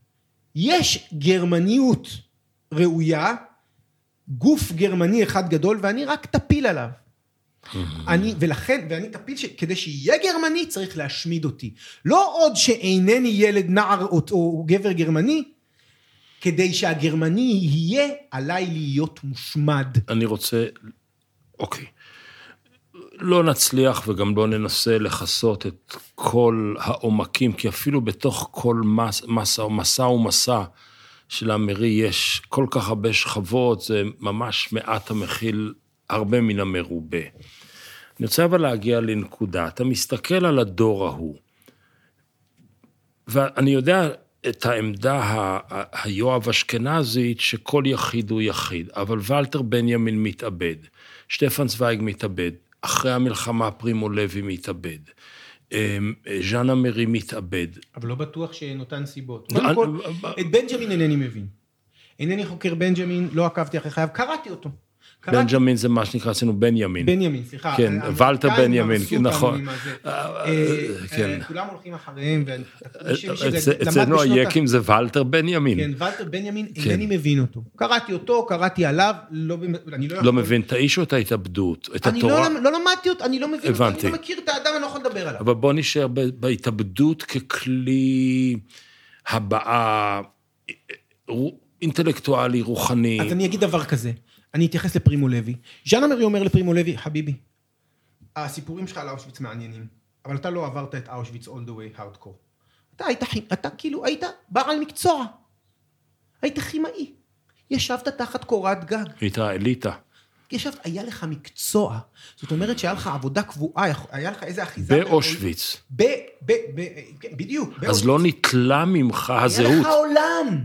יש גרמניות ראויה, גוף גרמני אחד גדול, ואני רק תפיל עליו. אני, ולכן, ואני תפיל שכדי שיהיה גרמני צריך להשמיד אותי. לא עוד שאינני ילד נער או, או גבר גרמני, כדי שהגרמני יהיה עליי להיות מושמד. אני רוצה, אוקיי, לא נצליח וגם לא ננסה לחסות את כל העומקים, כי אפילו בתוך כל מס, מסע או מסע ומסע של אמרי יש כל כך הרבה שכבות, זה ממש מעט המכיל הרבה מן המרובה. אני רוצה אבל להגיע לנקודה, אתה מסתכל על הדור ההוא, ואני יודע את העמדה היואב אשכנזית שכל יחיד הוא יחיד, אבל ולטר בנימין מתאבד, שטפן צוויג מתאבד, אחרי המלחמה פרימו לוי מתאבד, ז'אנה מרי מתאבד. אבל לא בטוח שנותן סיבות. קודם כל, את בנג'מין אינני מבין. אינני חוקר בנג'מין, לא עקבתי אחרי חייו, קראתי אותו. בנג'מין זה מה שנקרא אצלנו בנימין. בנימין, סליחה. כן, ולטר בנימין, נכון. כולם הולכים אחריהם. אצלנו היקים זה ולטר בנימין. כן, ולטר בנימין, אינני מבין אותו. קראתי אותו, קראתי עליו, אני לא יכול... לא מבין את האיש או את ההתאבדות, את התורה? אני לא למדתי אותו, אני לא מבין אותו, אני לא מכיר את האדם, אני לא יכול לדבר עליו. אבל בוא נשאר בהתאבדות ככלי הבאה אינטלקטואלי, רוחני. אז אני אגיד דבר כזה. אני אתייחס לפרימו לוי. ז'אנה מרי אומר לפרימו לוי, חביבי, הסיפורים שלך על אושוויץ מעניינים, אבל אתה לא עברת את אושוויץ all the way hardcore. אתה היית, אתה כאילו היית בעל מקצוע. היית כימאי. ישבת תחת קורת גג. היית אליטה. ישבת, היה לך מקצוע. זאת אומרת שהיה לך עבודה קבועה, היה לך איזה אחיזה. באושוויץ. ב, ב, ב, בדיוק. אז לא נטלה ממך הזהות. היה לך עולם.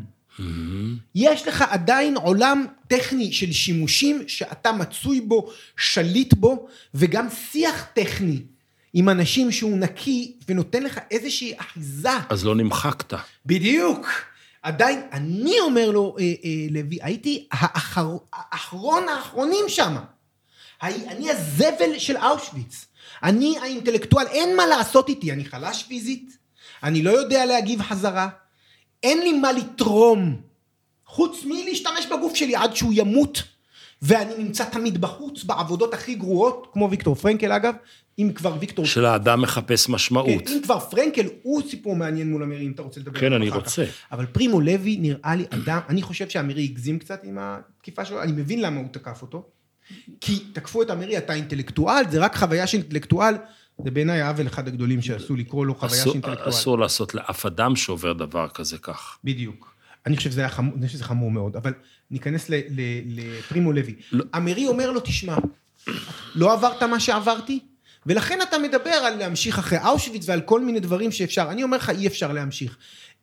יש לך עדיין עולם טכני של שימושים שאתה מצוי בו, שליט בו, וגם שיח טכני עם אנשים שהוא נקי ונותן לך איזושהי אחיזה. אז לא נמחקת. בדיוק. עדיין, אני אומר לו, אה, אה, לוי, הייתי האחר, האחרון האחרונים שם. אני הזבל של אושוויץ. אני האינטלקטואל, אין מה לעשות איתי, אני חלש פיזית, אני לא יודע להגיב חזרה, אין לי מה לתרום, חוץ מלהשתמש בגוף שלי עד שהוא ימות, ואני נמצא תמיד בחוץ, בעבודות הכי גרועות, כמו ויקטור פרנקל אגב, אם כבר ויקטור... של האדם מחפש משמעות. כן, אם כבר פרנקל, הוא סיפור מעניין מול אמירי, אם אתה רוצה לדבר. כן, אני רוצה. כך. אבל פרימו לוי נראה לי אדם, אני חושב שאמירי הגזים קצת עם התקיפה שלו, אני מבין למה הוא תקף אותו, כי תקפו את אמירי, אתה אינטלקטואל, זה רק חוויה של אינטלקטואל, זה בעיניי העוול אחד הגדולים שעשו לקרוא לו חוויה של אינטלקטואל. אסור לעשות לאף אדם שעובר דבר כזה כך. בדיוק. אני חושב שזה היה חמור, אני חושב שזה חמור מאוד, אבל ניכנס לפרימו לוי. אמירי אומר לו, תשמע, לא עברת מה שעברתי, ולכן אתה מדבר על להמשיך אחרי אושוויץ ועל כל מיני דברים שאפשר. אני אומר לך, אי אפשר להמשיך.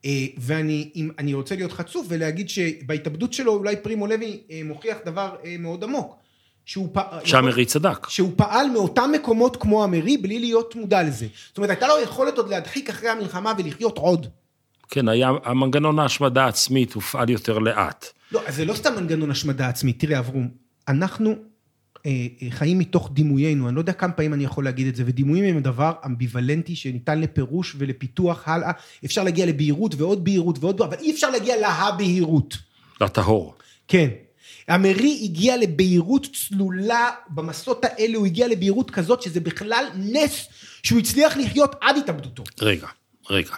ואני רוצה להיות חצוף ולהגיד שבהתאבדות שלו אולי פרימו לוי מוכיח דבר מאוד עמוק. שאמרי צדק. שהוא פעל מאותם מקומות כמו אמרי בלי להיות מודע לזה. זאת אומרת, הייתה לו יכולת עוד להדחיק אחרי המלחמה ולחיות עוד. כן, היה המנגנון ההשמדה העצמית הופעל יותר לאט. לא, אז זה לא סתם מנגנון השמדה עצמית. תראה, אברום, אנחנו אה, חיים מתוך דימויינו, אני לא יודע כמה פעמים אני יכול להגיד את זה, ודימויים הם דבר אמביוולנטי שניתן לפירוש ולפיתוח הלאה. אפשר להגיע לבהירות ועוד בהירות ועוד, אבל אי אפשר להגיע להבהירות. לטהור. כן. אמרי הגיע לבהירות צלולה, במסות האלה הוא הגיע לבהירות כזאת, שזה בכלל נס שהוא הצליח לחיות עד התאבדותו. רגע, רגע.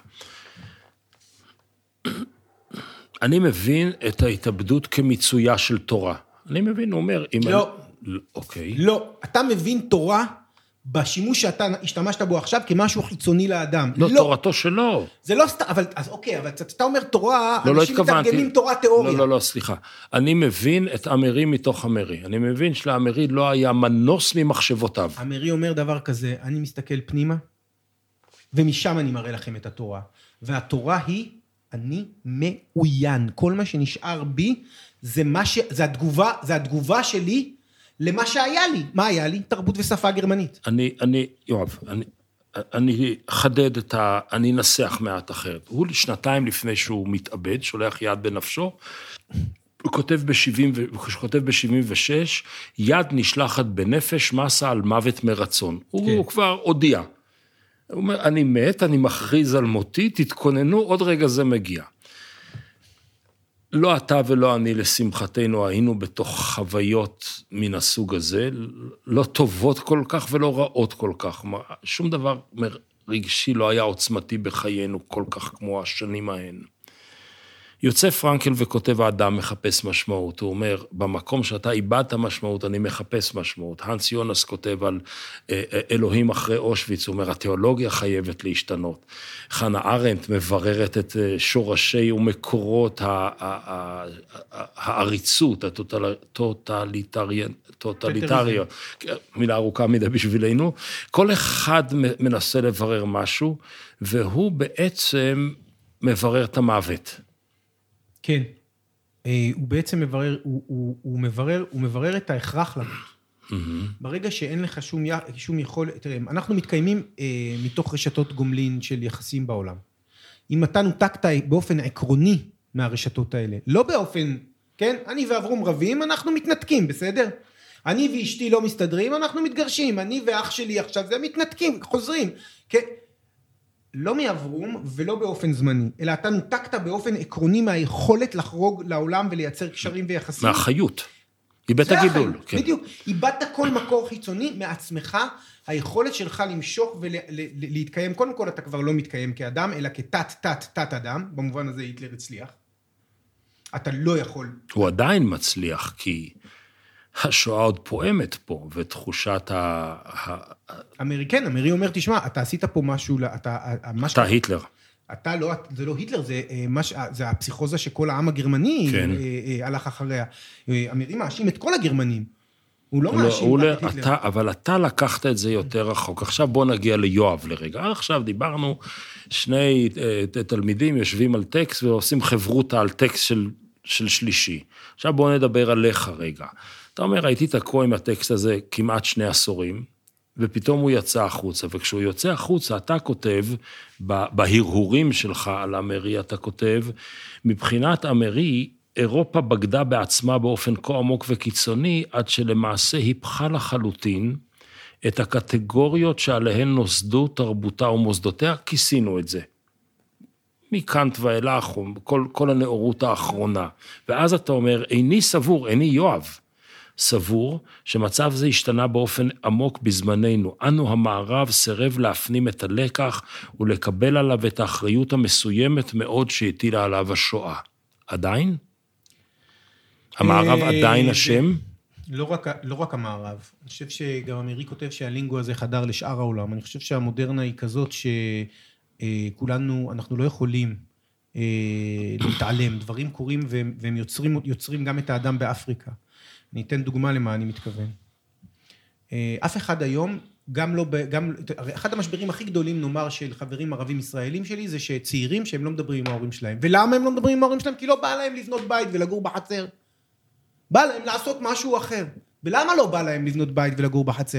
אני מבין את ההתאבדות כמיצויה של תורה. אני מבין, הוא אומר... לא. אני... אוקיי. לא, אתה מבין תורה בשימוש שאתה השתמשת בו עכשיו כמשהו חיצוני לאדם. לא, לא. תורתו שלו. זה לא סתם, אבל, אז אוקיי, אבל אתה אומר תורה, לא, אנשים לא מתרגמים תורה תיאוריה. לא, לא, לא, סליחה. אני מבין את אמרי מתוך אמרי. אני מבין שלאמרי לא היה מנוס ממחשבותיו. אמרי אומר דבר כזה, אני מסתכל פנימה, ומשם אני מראה לכם את התורה. והתורה היא, אני מאוין. כל מה שנשאר בי, זה מה ש... זה התגובה, זה התגובה שלי למה שהיה לי. מה היה לי? תרבות ושפה גרמנית. אני, אני, יואב, אני, אני חדד את ה... אני אנסח מעט אחרת. הוא שנתיים לפני שהוא מתאבד, שולח יד בנפשו, הוא כותב ב-שבעים, הוא כותב ב-שבעים ושש, יד נשלחת בנפש, מסה על מוות מרצון. כן. הוא כבר הודיע. הוא אומר, אני מת, אני מכריז על מותי, תתכוננו, עוד רגע זה מגיע. לא אתה ולא אני, לשמחתנו, היינו בתוך חוויות מן הסוג הזה, לא טובות כל כך ולא רעות כל כך. שום דבר רגשי לא היה עוצמתי בחיינו כל כך כמו השנים ההן. יוצא פרנקל וכותב, האדם מחפש משמעות. הוא אומר, במקום שאתה איבדת משמעות, אני מחפש משמעות. הנס יונס כותב על אלוהים אחרי אושוויץ, הוא אומר, התיאולוגיה חייבת להשתנות. חנה ארנדט מבררת את שורשי ומקורות העריצות, הטוטליטריה, מילה ארוכה מדי בשבילנו. כל אחד מנסה לברר משהו, והוא בעצם... מברר את המוות. כן. הוא בעצם מברר, הוא, הוא, הוא מברר, הוא מברר את ההכרח למות. Mm-hmm. ברגע שאין לך שום, שום יכול, תראה, אנחנו מתקיימים אה, מתוך רשתות גומלין של יחסים בעולם. אם אתה נותקת באופן עקרוני מהרשתות האלה, לא באופן, כן? אני ואברום רבים, אנחנו מתנתקים, בסדר? אני ואשתי לא מסתדרים, אנחנו מתגרשים, אני ואח שלי עכשיו, זה מתנתקים, חוזרים, כן? לא מאברום ולא באופן זמני, אלא אתה נותקת באופן עקרוני מהיכולת לחרוג לעולם ולייצר קשרים ויחסים. מהחיות. איבדת הגידול. כן. בדיוק. איבדת כל מקור חיצוני מעצמך, היכולת שלך למשוך ולהתקיים, קודם כל אתה כבר לא מתקיים כאדם, אלא כתת, תת, תת אדם, במובן הזה היטלר הצליח. אתה לא יכול. הוא עדיין מצליח, כי השואה עוד פועמת פה, ותחושת ה... אמרי, כן, אמרי אומר, תשמע, אתה עשית פה משהו, אתה... אתה היטלר. אתה לא, זה לא היטלר, זה, זה הפסיכוזה שכל העם הגרמני כן. הלך אחריה. אמרי מאשים את כל הגרמנים. הוא לא הוא מאשים הוא רק את לא, היטלר. אתה, אבל אתה לקחת את זה יותר רחוק. עכשיו בוא נגיע ליואב לרגע. עכשיו דיברנו, שני uh, תלמידים יושבים על טקסט, ועושים חברותה על טקסט של, של שלישי. עכשיו בוא נדבר עליך רגע. אתה אומר, הייתי תקוע עם הטקסט הזה כמעט שני עשורים, ופתאום הוא יצא החוצה, וכשהוא יוצא החוצה, אתה כותב, בהרהורים שלך על אמרי, אתה כותב, מבחינת אמרי, אירופה בגדה בעצמה באופן כה עמוק וקיצוני, עד שלמעשה היפכה לחלוטין את הקטגוריות שעליהן נוסדו תרבותה ומוסדותיה, כיסינו את זה. מקאנט ואילך, כל, כל הנאורות האחרונה. ואז אתה אומר, איני סבור, איני יואב, סבור שמצב זה השתנה באופן עמוק בזמננו. אנו המערב סירב להפנים את הלקח ולקבל עליו את האחריות המסוימת מאוד שהטילה עליו השואה. עדיין? המערב עדיין אשם? לא רק, לא רק המערב. אני חושב שגם אמרי כותב שהלינגו הזה חדר לשאר העולם. אני חושב שהמודרנה היא כזאת שכולנו, אנחנו לא יכולים להתעלם. דברים קורים והם יוצרים, יוצרים גם את האדם באפריקה. אני אתן דוגמה למה אני מתכוון. אף אחד היום, גם לא, גם, אחד המשברים הכי גדולים, נאמר, של חברים ערבים ישראלים שלי, זה שצעירים שהם לא מדברים עם ההורים שלהם. ולמה הם לא מדברים עם ההורים שלהם? כי לא בא להם לבנות בית ולגור בחצר. בא להם לעשות משהו אחר. ולמה לא בא להם לבנות בית ולגור בחצר?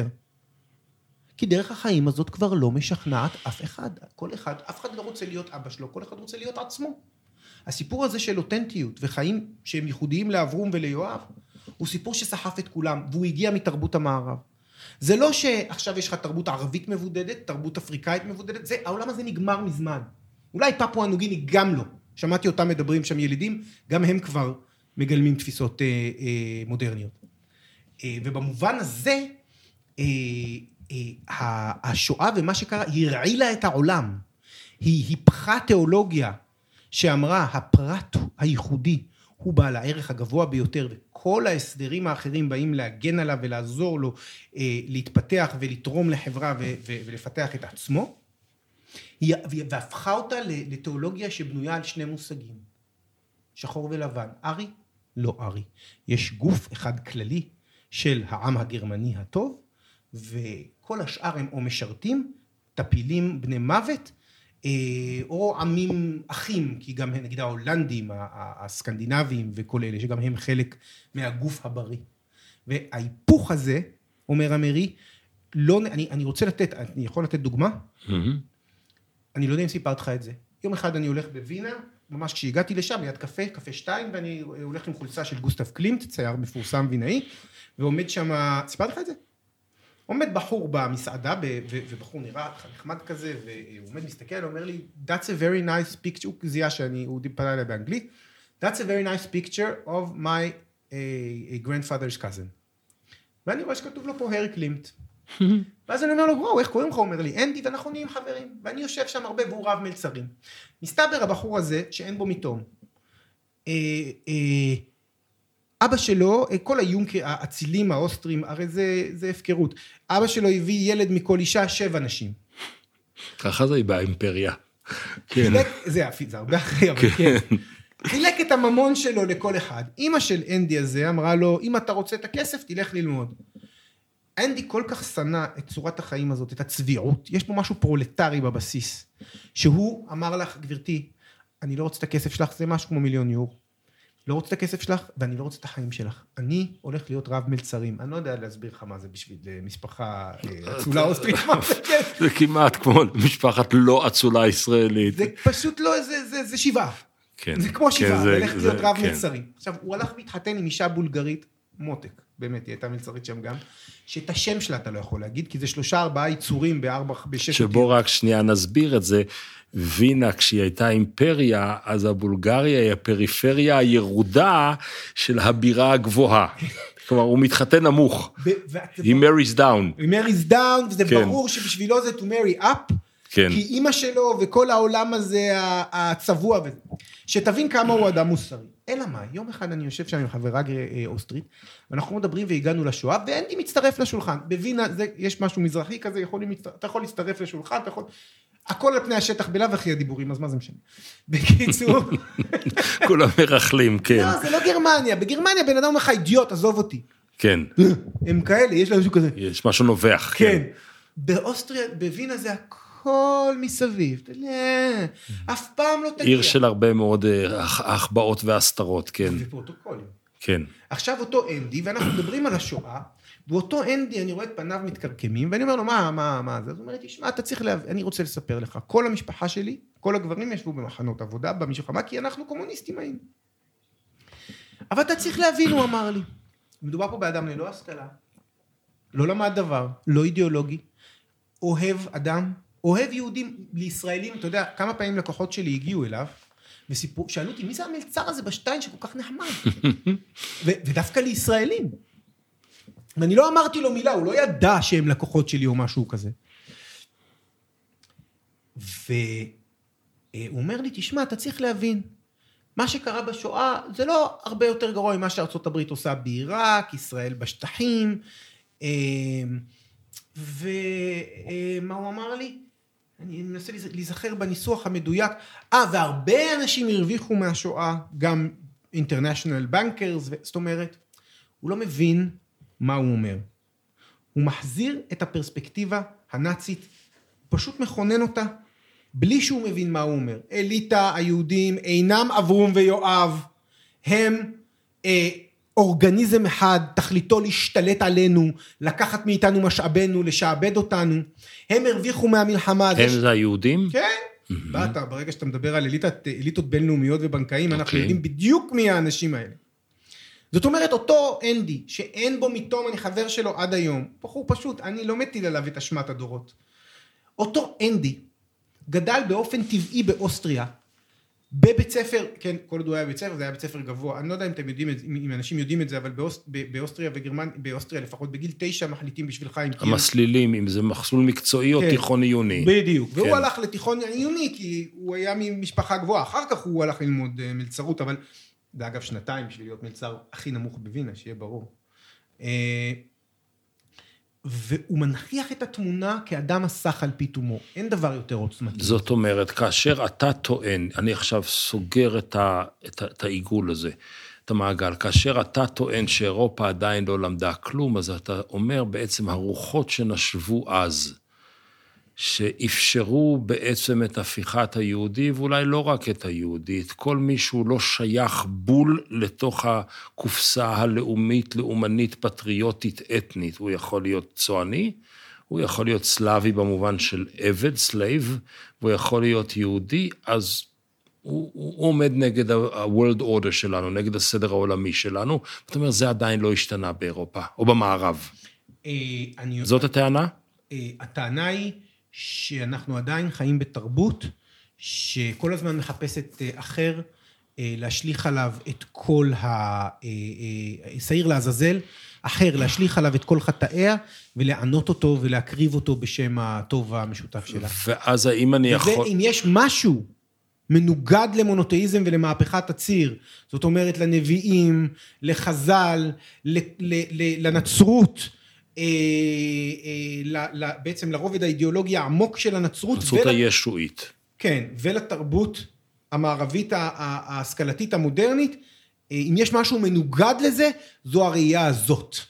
כי דרך החיים הזאת כבר לא משכנעת אף אחד. כל אחד, אף אחד לא רוצה להיות אבא שלו, כל אחד רוצה להיות עצמו. הסיפור הזה של אותנטיות וחיים שהם ייחודיים לאברום וליואב, הוא סיפור שסחף את כולם, והוא הגיע מתרבות המערב. זה לא שעכשיו יש לך תרבות ערבית מבודדת, תרבות אפריקאית מבודדת, זה, העולם הזה נגמר מזמן. אולי פפואה ניו גיני גם לא. שמעתי אותם מדברים שם ילידים, גם הם כבר מגלמים תפיסות אה, אה, מודרניות. אה, ובמובן הזה, אה, אה, השואה ומה שקרה, היא הרעילה את העולם. היא היפכה תיאולוגיה שאמרה, הפרט הייחודי, הוא בעל הערך הגבוה ביותר, וכל ההסדרים האחרים באים להגן עליו ולעזור לו אה, להתפתח ולתרום לחברה ו- ו- ולפתח את עצמו, היא, והפכה אותה לתיאולוגיה שבנויה על שני מושגים, שחור ולבן, ארי, לא ארי. יש גוף אחד כללי של העם הגרמני הטוב, וכל השאר הם או משרתים, טפילים בני מוות, או עמים אחים, כי גם נגיד ההולנדים, הסקנדינבים וכל אלה, שגם הם חלק מהגוף הבריא. וההיפוך הזה, אומר אמרי, לא, אני, אני רוצה לתת, אני יכול לתת דוגמה? Mm-hmm. אני לא יודע אם סיפרת לך את זה. יום אחד אני הולך בווינה, ממש כשהגעתי לשם, ליד קפה, קפה שתיים, ואני הולך עם חולצה של גוסטב קלימט, צייר מפורסם וינאי, ועומד שם, סיפרת לך את זה? עומד בחור במסעדה, ובחור נראה נחמד כזה, והוא עומד מסתכל, הוא אומר לי, That's a very nice picture, הוא זיהה שאני, הוא דיפלה עליה באנגלית, That's a very nice picture of my uh, grandfather's cousin. ואני רואה שכתוב לו פה הרי קלימט. ואז אני אומר לו, וואו, איך קוראים לך? הוא אומר לי, אנדי, ואנחנו נהיים חברים. ואני יושב שם הרבה, והוא רב מלצרים. מסתבר הבחור הזה, שאין בו מיתום. אבא שלו, כל היונקר, הצילים, האוסטרים, הרי זה, זה הפקרות. אבא שלו הביא ילד מכל אישה, שבע נשים. ככה זה באימפריה. כן. זה, זה הרבה אחרי, אבל כן. חילק את הממון שלו לכל אחד. אמא של אנדי הזה אמרה לו, אם אתה רוצה את הכסף, תלך ללמוד. אנדי כל כך שנא את צורת החיים הזאת, את הצביעות. יש פה משהו פרולטרי בבסיס, שהוא אמר לך, גברתי, אני לא רוצה את הכסף שלך, זה משהו כמו מיליון יור. לא רוצה את הכסף שלך, ואני לא רוצה את החיים שלך. אני הולך להיות רב מלצרים. אני לא יודע להסביר לך מה זה בשביל משפחה אצולה אוסטרית. זה כמעט כמו משפחת לא אצולה ישראלית. זה פשוט לא, זה שבעה. זה כמו שבעה, הולך להיות רב מלצרים. עכשיו, הוא הלך להתחתן עם אישה בולגרית, מותק, באמת, היא הייתה מלצרית שם גם, שאת השם שלה אתה לא יכול להגיד, כי זה שלושה, ארבעה יצורים בארבע, בשש... שבו רק שנייה נסביר את זה, וינה, כשהיא הייתה אימפריה, אז הבולגריה היא הפריפריה הירודה של הבירה הגבוהה. כלומר, הוא מתחתן נמוך. He marries down. He marries down, וזה ברור שבשבילו זה to marry up, כי אימא שלו וכל העולם הזה הצבוע, שתבין כמה הוא אדם מוסרי. אלא מה, יום אחד אני יושב שם עם חברה אוסטרית, ואנחנו מדברים והגענו לשואה, ואנדי מצטרף לשולחן. בווינה, יש משהו מזרחי כזה, אתה יכול להצטרף לשולחן, אתה יכול... הכל על פני השטח בלב וכי הדיבורים, אז מה זה משנה? בקיצור... כולם מרחלים, כן. לא, זה לא גרמניה. בגרמניה בן אדם אומר לך, אידיוט, עזוב אותי. כן. הם כאלה, יש להם משהו כזה. יש משהו נובח, כן. כן. באוסטריה, בווינה זה הכל מסביב. אף פעם לא תגיע. עיר של הרבה מאוד החבאות והסתרות, כן. ופרוטוקולים. כן. עכשיו אותו אנדי, ואנחנו מדברים על השואה, ואותו אנדי, אני רואה את פניו מתקרקמים, ואני אומר לו, מה, מה, מה זה? אז הוא אומר לי, תשמע, אתה צריך להבין, אני רוצה לספר לך, כל המשפחה שלי, כל הגברים ישבו במחנות עבודה, במשפחה, כי אנחנו קומוניסטים היינו. אבל אתה צריך להבין, הוא אמר לי, מדובר פה באדם ללא השכלה, לא למד דבר, לא אידיאולוגי, אוהב אדם, אוהב יהודים לישראלים, אתה יודע, כמה פעמים לקוחות שלי הגיעו אליו, וסיפרו, שאלו אותי, מי זה המלצר הזה בשטיין שכל כך נחמד? ודווקא לישראלים. ואני לא אמרתי לו מילה, הוא לא ידע שהם לקוחות שלי או משהו כזה. והוא אומר לי, תשמע, אתה צריך להבין, מה שקרה בשואה, זה לא הרבה יותר גרוע ממה שארצות הברית עושה בעיראק, ישראל בשטחים, ומה הוא אמר לי? אני מנסה להיזכר בניסוח המדויק, אה, והרבה אנשים הרוויחו מהשואה, גם international bankers, זאת אומרת, הוא לא מבין מה הוא אומר. הוא מחזיר את הפרספקטיבה הנאצית, פשוט מכונן אותה, בלי שהוא מבין מה הוא אומר. אליטה, היהודים, אינם אברום ויואב, הם אה, אורגניזם אחד, תכליתו להשתלט עלינו, לקחת מאיתנו משאבנו, לשעבד אותנו, הם הרוויחו מהמלחמה. הם זה היהודים? כן. באת, ברגע שאתה מדבר על אליטת, אליטות בינלאומיות ובנקאים, אנחנו יודעים בדיוק מי האנשים האלה. זאת אומרת, אותו אנדי, שאין בו מתום, אני חבר שלו עד היום, בחור פשוט, אני לא מטיל עליו את אשמת הדורות. אותו אנדי גדל באופן טבעי באוסטריה, בבית ספר, כן, כל עוד הוא היה בית ספר, זה היה בית ספר גבוה, אני לא יודע אם אתם יודעים, אם אנשים יודעים את זה, אבל באוס, באוסטריה וגרמניה, באוסטריה לפחות בגיל תשע מחליטים בשבילך עם קיר. המסלילים, אם זה מחסול מקצועי או כן, תיכון עיוני. בדיוק, כן. והוא הלך לתיכון עיוני, כי הוא היה ממשפחה גבוהה, אחר כך הוא הלך ללמוד מלצרות, אבל זה אגב שנתיים בשביל להיות מלצר הכי נמוך בווינה, שיהיה ברור. והוא מנחיח את התמונה כאדם הסך על פי תומו. אין דבר יותר עוצמתי. זאת אומרת, כאשר אתה טוען, אני עכשיו סוגר את, ה, את, ה, את העיגול הזה, את המעגל, כאשר אתה טוען שאירופה עדיין לא למדה כלום, אז אתה אומר בעצם הרוחות שנשבו אז, שאפשרו בעצם את הפיכת היהודי, ואולי לא רק את היהודי, את כל מי שהוא לא שייך בול לתוך הקופסה הלאומית, לאומנית, פטריוטית, אתנית. הוא יכול להיות צועני, הוא יכול להיות סלאבי במובן של עבד, סלייב, והוא יכול להיות יהודי, אז הוא, הוא עומד נגד ה-world order שלנו, נגד הסדר העולמי שלנו, זאת אומרת, זה עדיין לא השתנה באירופה, או במערב. זאת הטענה? הטענה היא, שאנחנו עדיין חיים בתרבות, שכל הזמן מחפשת אחר, להשליך עליו את כל השעיר לעזאזל, אחר להשליך עליו את כל חטאיה, ולענות אותו ולהקריב אותו בשם הטוב המשותף שלה. ואז האם אני יכול... ואם יש משהו מנוגד למונותאיזם ולמהפכת הציר, זאת אומרת לנביאים, לחז"ל, לנצרות, בעצם לרובד האידיאולוגיה העמוק של הנצרות. הנצרות הישועית. כן, ולתרבות המערבית ההשכלתית המודרנית, אם יש משהו מנוגד לזה, זו הראייה הזאת.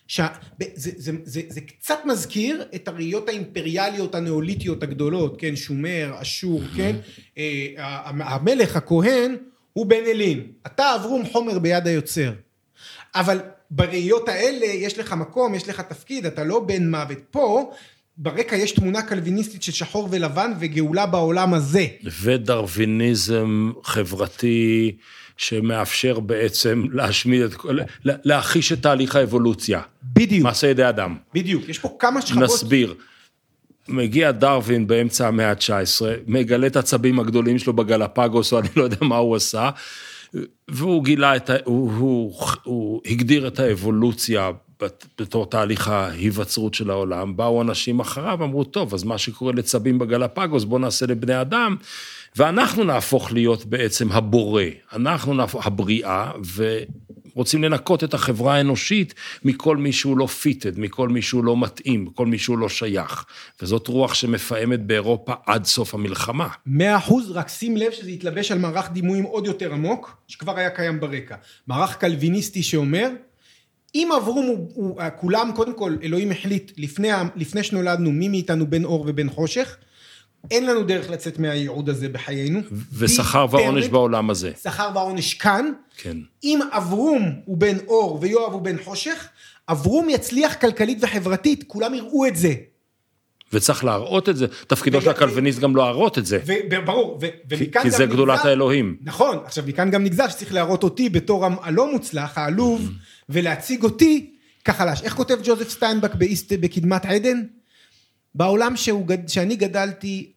שה... זה, זה, זה, זה קצת מזכיר את הראיות האימפריאליות הנאוליטיות הגדולות, כן, שומר, אשור, כן, המלך הכהן הוא בן אלין, אתה אברום חומר ביד היוצר, אבל בראיות האלה יש לך מקום, יש לך תפקיד, אתה לא בן מוות. פה ברקע יש תמונה קלוויניסטית של שחור ולבן וגאולה בעולם הזה. ודרוויניזם חברתי שמאפשר בעצם להשמיד את כל, להחיש את תהליך האבולוציה. בדיוק. מעשה ידי אדם. בדיוק, יש פה כמה שכבות. נסביר. מגיע דרווין באמצע המאה ה-תשע עשרה, מגלה את הצבים הגדולים שלו בגלפגוס, או אני לא יודע מה הוא עשה, והוא גילה את, הוא, הוא, הוא הגדיר את האבולוציה בתור תהליך ההיווצרות של העולם, באו אנשים אחריו, אמרו, טוב, אז מה שקורה לצבים בגלפגוס, בוא נעשה לבני אדם, ואנחנו נהפוך להיות בעצם הבורא, אנחנו נהפוך, הבריאה, ורוצים לנקות את החברה האנושית, מכל מי שהוא לא פיטד, מכל מי שהוא לא מתאים, מכל מי שהוא לא שייך, וזאת רוח שמפעמת באירופה עד סוף המלחמה. מאה אחוז, רק שים לב שזה יתלבש על מערך דימויים עוד יותר עמוק, שכבר היה קיים ברקע. מערך קלוויניסטי שאומר, אם אברום הוא, הוא, כולם, קודם כל, אלוהים החליט, לפני, לפני שנולדנו, מי מאיתנו בין אור ובין חושך, אין לנו דרך לצאת מהייעוד הזה בחיינו. ושכר ועונש בעולם הזה. שכר ועונש כאן. כן. אם אברום הוא בין אור ויואב הוא בין חושך, אברום יצליח כלכלית וחברתית, כולם יראו את זה. וצריך להראות את זה, תפקידו של הקלוויניסט גם לא להראות את זה. ברור, ומכאן כי זה גדולת האלוהים. נכון, עכשיו מכאן גם נגזר שצריך להראות אותי בתור הלא מוצלח, העלוב, ולהציג אותי כחלש. איך כותב ג'וזף סטיינבק בקדמת עדן? בעולם שאני גדלתי,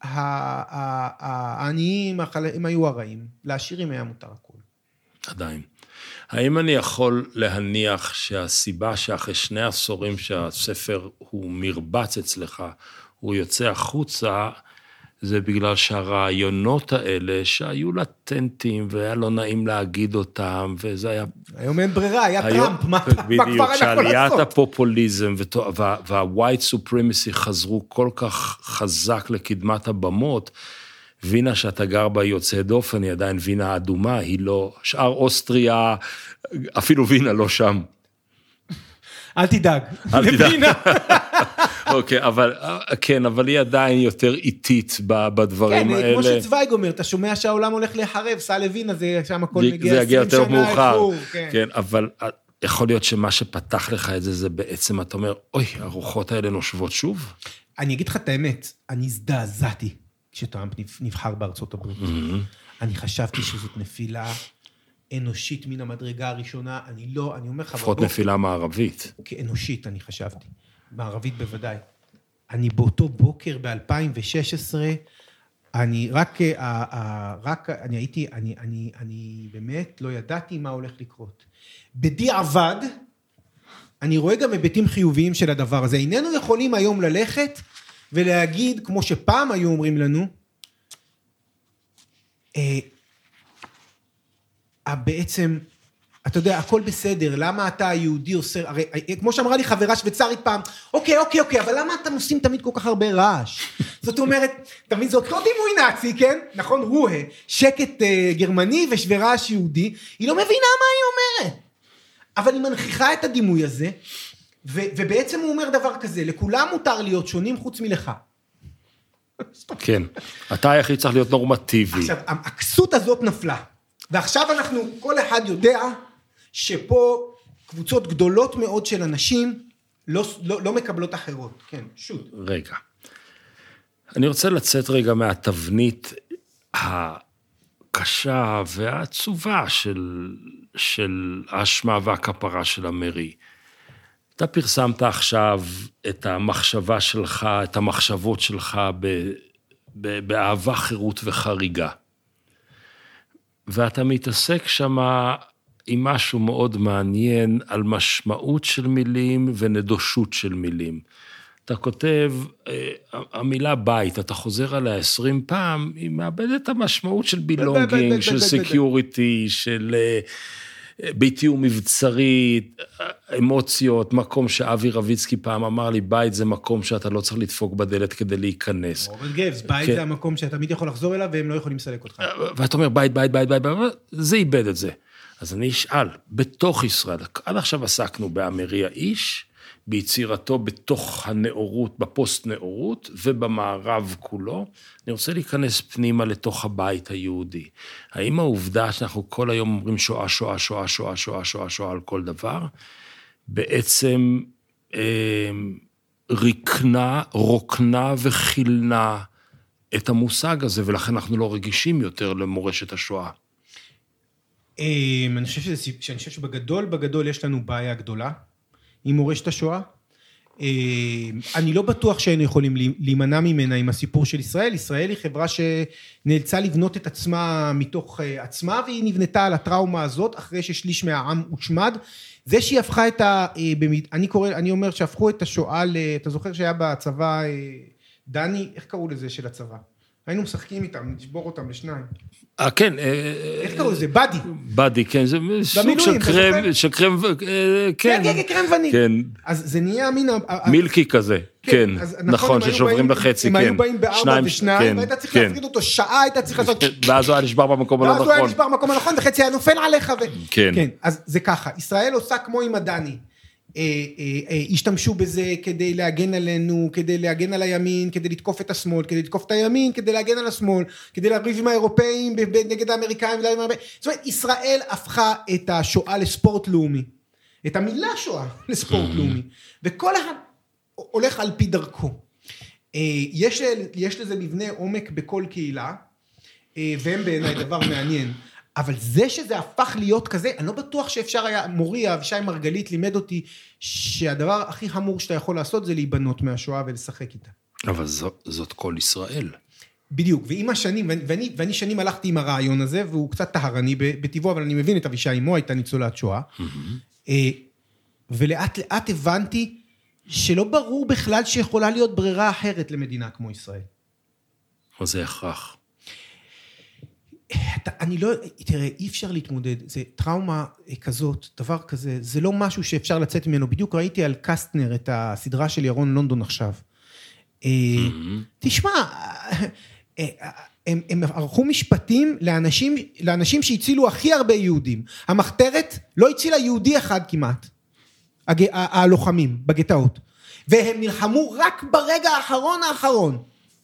העניים הם היו הרעים, לעשירים היה מותר הכל. עדיין. האם אני יכול להניח שהסיבה שאחרי שני עשורים שהספר הוא מרבץ אצלך, הוא יוצא החוצה, זה בגלל שהרעיונות האלה שהיו לטנטים והיה לא נעים להגיד אותם, וזה היה... היום אין ברירה, היה טראמפ, מה כבר היה יכול לעשות? שעליית הפופוליזם וה-white supremacy חזרו כל כך חזק לקדמת הבמות, וינה שאתה גר בה יוצא דופן, היא עדיין וינה אדומה, היא לא, שאר אוסטריה, אפילו וינה לא שם. אל תדאג, אל תדאג. אוקיי, אבל, כן, אבל היא עדיין יותר איטית בדברים האלה. כן, כמו שצוויג אומר, אתה שומע שהעולם הולך להיחרב, סע לוינה, זה שם הכל מגיע זה יגיע יותר מאוחר. כן. כן, אבל יכול להיות שמה שפתח לך את זה, זה בעצם, אתה אומר, אוי, הרוחות האלה נושבות שוב? אני אגיד לך את האמת, אני הזדעזעתי. כשטראמפ נבחר בארצות הברית. אני חשבתי שזאת נפילה אנושית מן המדרגה הראשונה, אני לא, אני אומר לך... לפחות נפילה מערבית. כאנושית, אני חשבתי. מערבית בוודאי. אני באותו בוקר ב-אלפיים ושש עשרה, אני רק, רק, אני הייתי, אני, אני, אני באמת לא ידעתי מה הולך לקרות. בדיעבד, אני רואה גם היבטים חיוביים של הדבר הזה. איננו יכולים היום ללכת ולהגיד, כמו שפעם היו אומרים לנו, אה, בעצם, אתה יודע, הכל בסדר, למה אתה היהודי עושה, הרי, כמו שאמרה לי חברה שוויצרית פעם, אוקיי, אוקיי, אוקיי, אבל למה אתם עושים תמיד כל כך הרבה רעש? זאת אומרת, תמיד זה אותו דימוי נאצי, כן? נכון, רואה, שקט אה, גרמני ושברעש יהודי, היא לא מבינה מה היא אומרת. אבל היא מנכיחה את הדימוי הזה, ו- ובעצם הוא אומר דבר כזה, לכולם מותר להיות שונים חוץ מלך. כן, אתה היחיד צריך להיות נורמטיבי. עכשיו, הכסות הזאת נפלה, ועכשיו אנחנו, כל אחד יודע, שפה קבוצות גדולות מאוד של אנשים, לא, לא, לא מקבלות אחרות. כן, שוט. רגע. אני רוצה לצאת רגע מהתבנית הקשה והעצובה של, של האשמה והכפרה של המרי. אתה פרסמת עכשיו את המחשבה שלך, את המחשבות שלך ב, ב, באהבה, חירות וחריגה. ואתה מתעסק שמה עם משהו מאוד מעניין על משמעות של מילים ונדושות של מילים. אתה כותב, המילה בית, אתה חוזר עליה עשרים פעם, היא מאבדת את המשמעות של בילונגינג, של סקיוריטי, של ביתי ומבצרי, אמוציות, מקום שאבי רביצקי פעם אמר לי, בית זה מקום שאתה לא צריך לדפוק בדלת כדי להיכנס. רוברט גבס, בית זה המקום שאתה תמיד יכול לחזור אליו, והם לא יכולים לסלק אותך. ואתה אומר, בית, בית, בית, בית, זה איבד את זה. אז אני אשאל, בתוך ישראל, עד עכשיו עסקנו באמרי האיש, ביצירתו בתוך הנאורות, בפוסט-נאורות, ובמערב כולו. אני רוצה להיכנס פנימה לתוך הבית היהודי. האם העובדה שאנחנו כל היום אומרים שואה, שואה, שואה, שואה, שואה, שואה, שואה על כל דבר, בעצם אה, ריקנה, רוקנה וחילנה את המושג הזה, ולכן אנחנו לא רגישים יותר למורשת השואה. אני חושב, שזה, שאני חושב שבגדול, בגדול יש לנו בעיה גדולה עם מורשת השואה. אני לא בטוח שהיינו יכולים להימנע ממנה עם הסיפור של ישראל. ישראל היא חברה שנאלצה לבנות את עצמה מתוך עצמה, והיא נבנתה על הטראומה הזאת, אחרי ששליש מהעם הושמד. זה שהיא הפכה את ה... אני קורא, אני אומר שהפכו את השואה, אתה זוכר שהיה בצבא, דני, איך קראו לזה של הצבא? היינו משחקים איתם, נשבור אותם לשניים. אה, כן. איך קראו לזה? בדי. בדי, כן, זה סוג של קרם, של קרם, כן. כן, כן, קרם וניל. כן. אז זה נהיה מין... מילקי כזה, כן. נכון, ששוברים לחצי, כן. הם היו באים בארבע ושניים, והיית צריך להפריד אותו שעה, היית צריך לעשות... ואז הוא היה נשבר במקום הלא נכון. ואז הוא היה נשבר במקום הנכון, וחצי היה נופל עליך. כן. כן, אז זה ככה. ישראל עושה כמו עם הדני. השתמשו בזה כדי להגן עלינו, כדי להגן על הימין, כדי לתקוף את השמאל, כדי לתקוף את הימין, כדי להגן על השמאל, כדי להריב עם האירופאים נגד האמריקאים. זאת אומרת, ישראל הפכה את השואה לספורט לאומי, את המילה שואה לספורט לאומי, וכל אחד הולך על פי דרכו. יש, יש לזה מבנה עומק בכל קהילה, והם בעיניי דבר מעניין. אבל זה שזה הפך להיות כזה, אני לא בטוח שאפשר היה, מורי אבישי מרגלית לימד אותי, שהדבר הכי חמור שאתה יכול לעשות, זה להיבנות מהשואה ולשחק איתה. אבל זאת, זאת כל ישראל. בדיוק, ועם השנים, ואני, ואני שנים הלכתי עם הרעיון הזה, והוא קצת טהרני בטבעו, אבל אני מבין את אבישי, אמו הייתה ניצולת שואה, mm-hmm. ולאט לאט הבנתי, שלא ברור בכלל שיכולה להיות ברירה אחרת למדינה כמו ישראל. או זה הכרח. אני לא, תראה, אי אפשר להתמודד, זה טראומה כזאת, דבר כזה, זה לא משהו שאפשר לצאת ממנו, בדיוק ראיתי על קסטנר את הסדרה של ירון לונדון עכשיו. תשמע, הם, הם ערכו משפטים לאנשים, לאנשים שהצילו הכי הרבה יהודים. המחתרת לא הצילה יהודי אחד כמעט, הלוחמים בגטאות, והם נלחמו רק ברגע האחרון האחרון.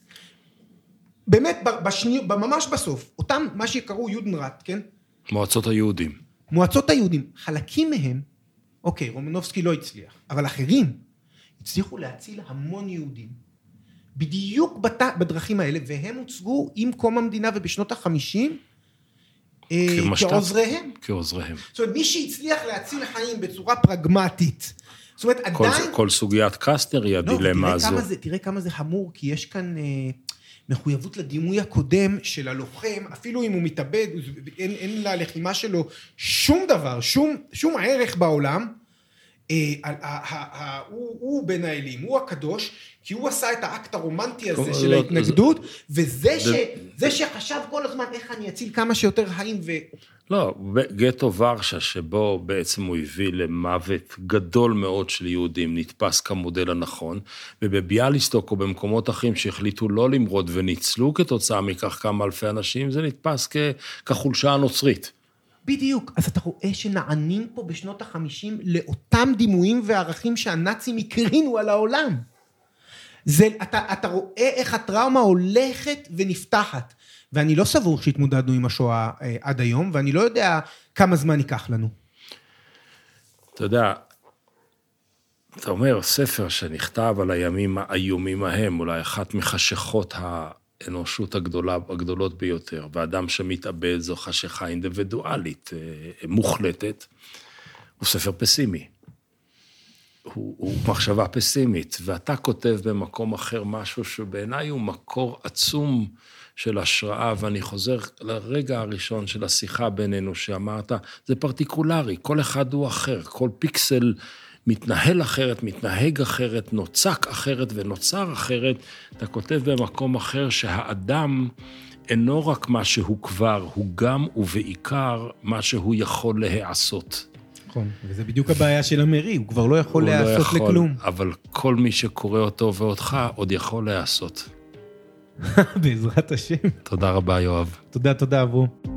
באמת, בשני, ממש בסוף, אותם, מה שקראו יודנראט, כן? מועצות היהודים. מועצות היהודים, חלקים מהם, אוקיי, רומנובסקי לא הצליח, אבל אחרים הצליחו להציל המון יהודים, בדיוק בת, בדרכים האלה, והם הוצגו עם קום המדינה ובשנות החמישים, כעוזריהם. כעוזריהם. זאת אומרת, מי שהצליח להציל חיים בצורה פרגמטית, זאת אומרת, כל, עדיין... כל סוגיית קסטנר היא הדילמה לא, הזו. תראה כמה זה, תראה כמה זה חמור, כי יש כאן... מחויבות לדימוי הקודם של הלוחם, אפילו אם הוא מתאבד, אין, אין ללחימה שלו שום דבר, שום, שום ערך בעולם, אה, ה, ה, ה, הוא, הוא בין האלים, הוא הקדוש, כי הוא עשה את האקט הרומנטי הזה של ההתנגדות, וזה ש, זה שחשב כל הזמן איך אני אציל כמה שיותר חיים ו... לא, גטו ורשה, שבו בעצם הוא הביא למוות גדול מאוד של יהודים, נתפס כמודל הנכון, ובביאליסטוק או במקומות אחרים שהחליטו לא למרוד וניצלו כתוצאה מכך כמה אלפי אנשים, זה נתפס כחולשה הנוצרית. בדיוק, אז אתה רואה שנענים פה בשנות החמישים לאותם דימויים וערכים שהנאצים הקרינו על העולם. זה, אתה, אתה רואה איך הטראומה הולכת ונפתחת, ואני לא סבור שהתמודדנו עם השואה אה, עד היום, ואני לא יודע כמה זמן ייקח לנו. אתה יודע, אתה אומר, ספר שנכתב על הימים האיומים ההם, אולי אחת מחשכות האנושות הגדולה, הגדולות ביותר, ואדם שמתאבד זו חשיכה אינדיבידואלית, אה, מוחלטת, הוא ספר פסימי. הוא, הוא מחשבה פסימית, ואתה כותב במקום אחר משהו שבעיניי הוא מקור עצום של השראה, ואני חוזר לרגע הראשון של השיחה בינינו שאמרת, זה פרטיקולרי, כל אחד הוא אחר, כל פיקסל מתנהל אחרת, מתנהג אחרת, נוצק אחרת ונוצר אחרת, אתה כותב במקום אחר שהאדם אינו רק מה שהוא כבר, הוא גם ובעיקר מה שהוא יכול להיעשות. נכון, וזה בדיוק הבעיה של המרי, הוא כבר לא יכול להיעשות לא לכלום. אבל כל מי שקורא אותו ואותך עוד יכול להיעשות. בעזרת השם. תודה רבה, יואב. תודה, תודה, אבו.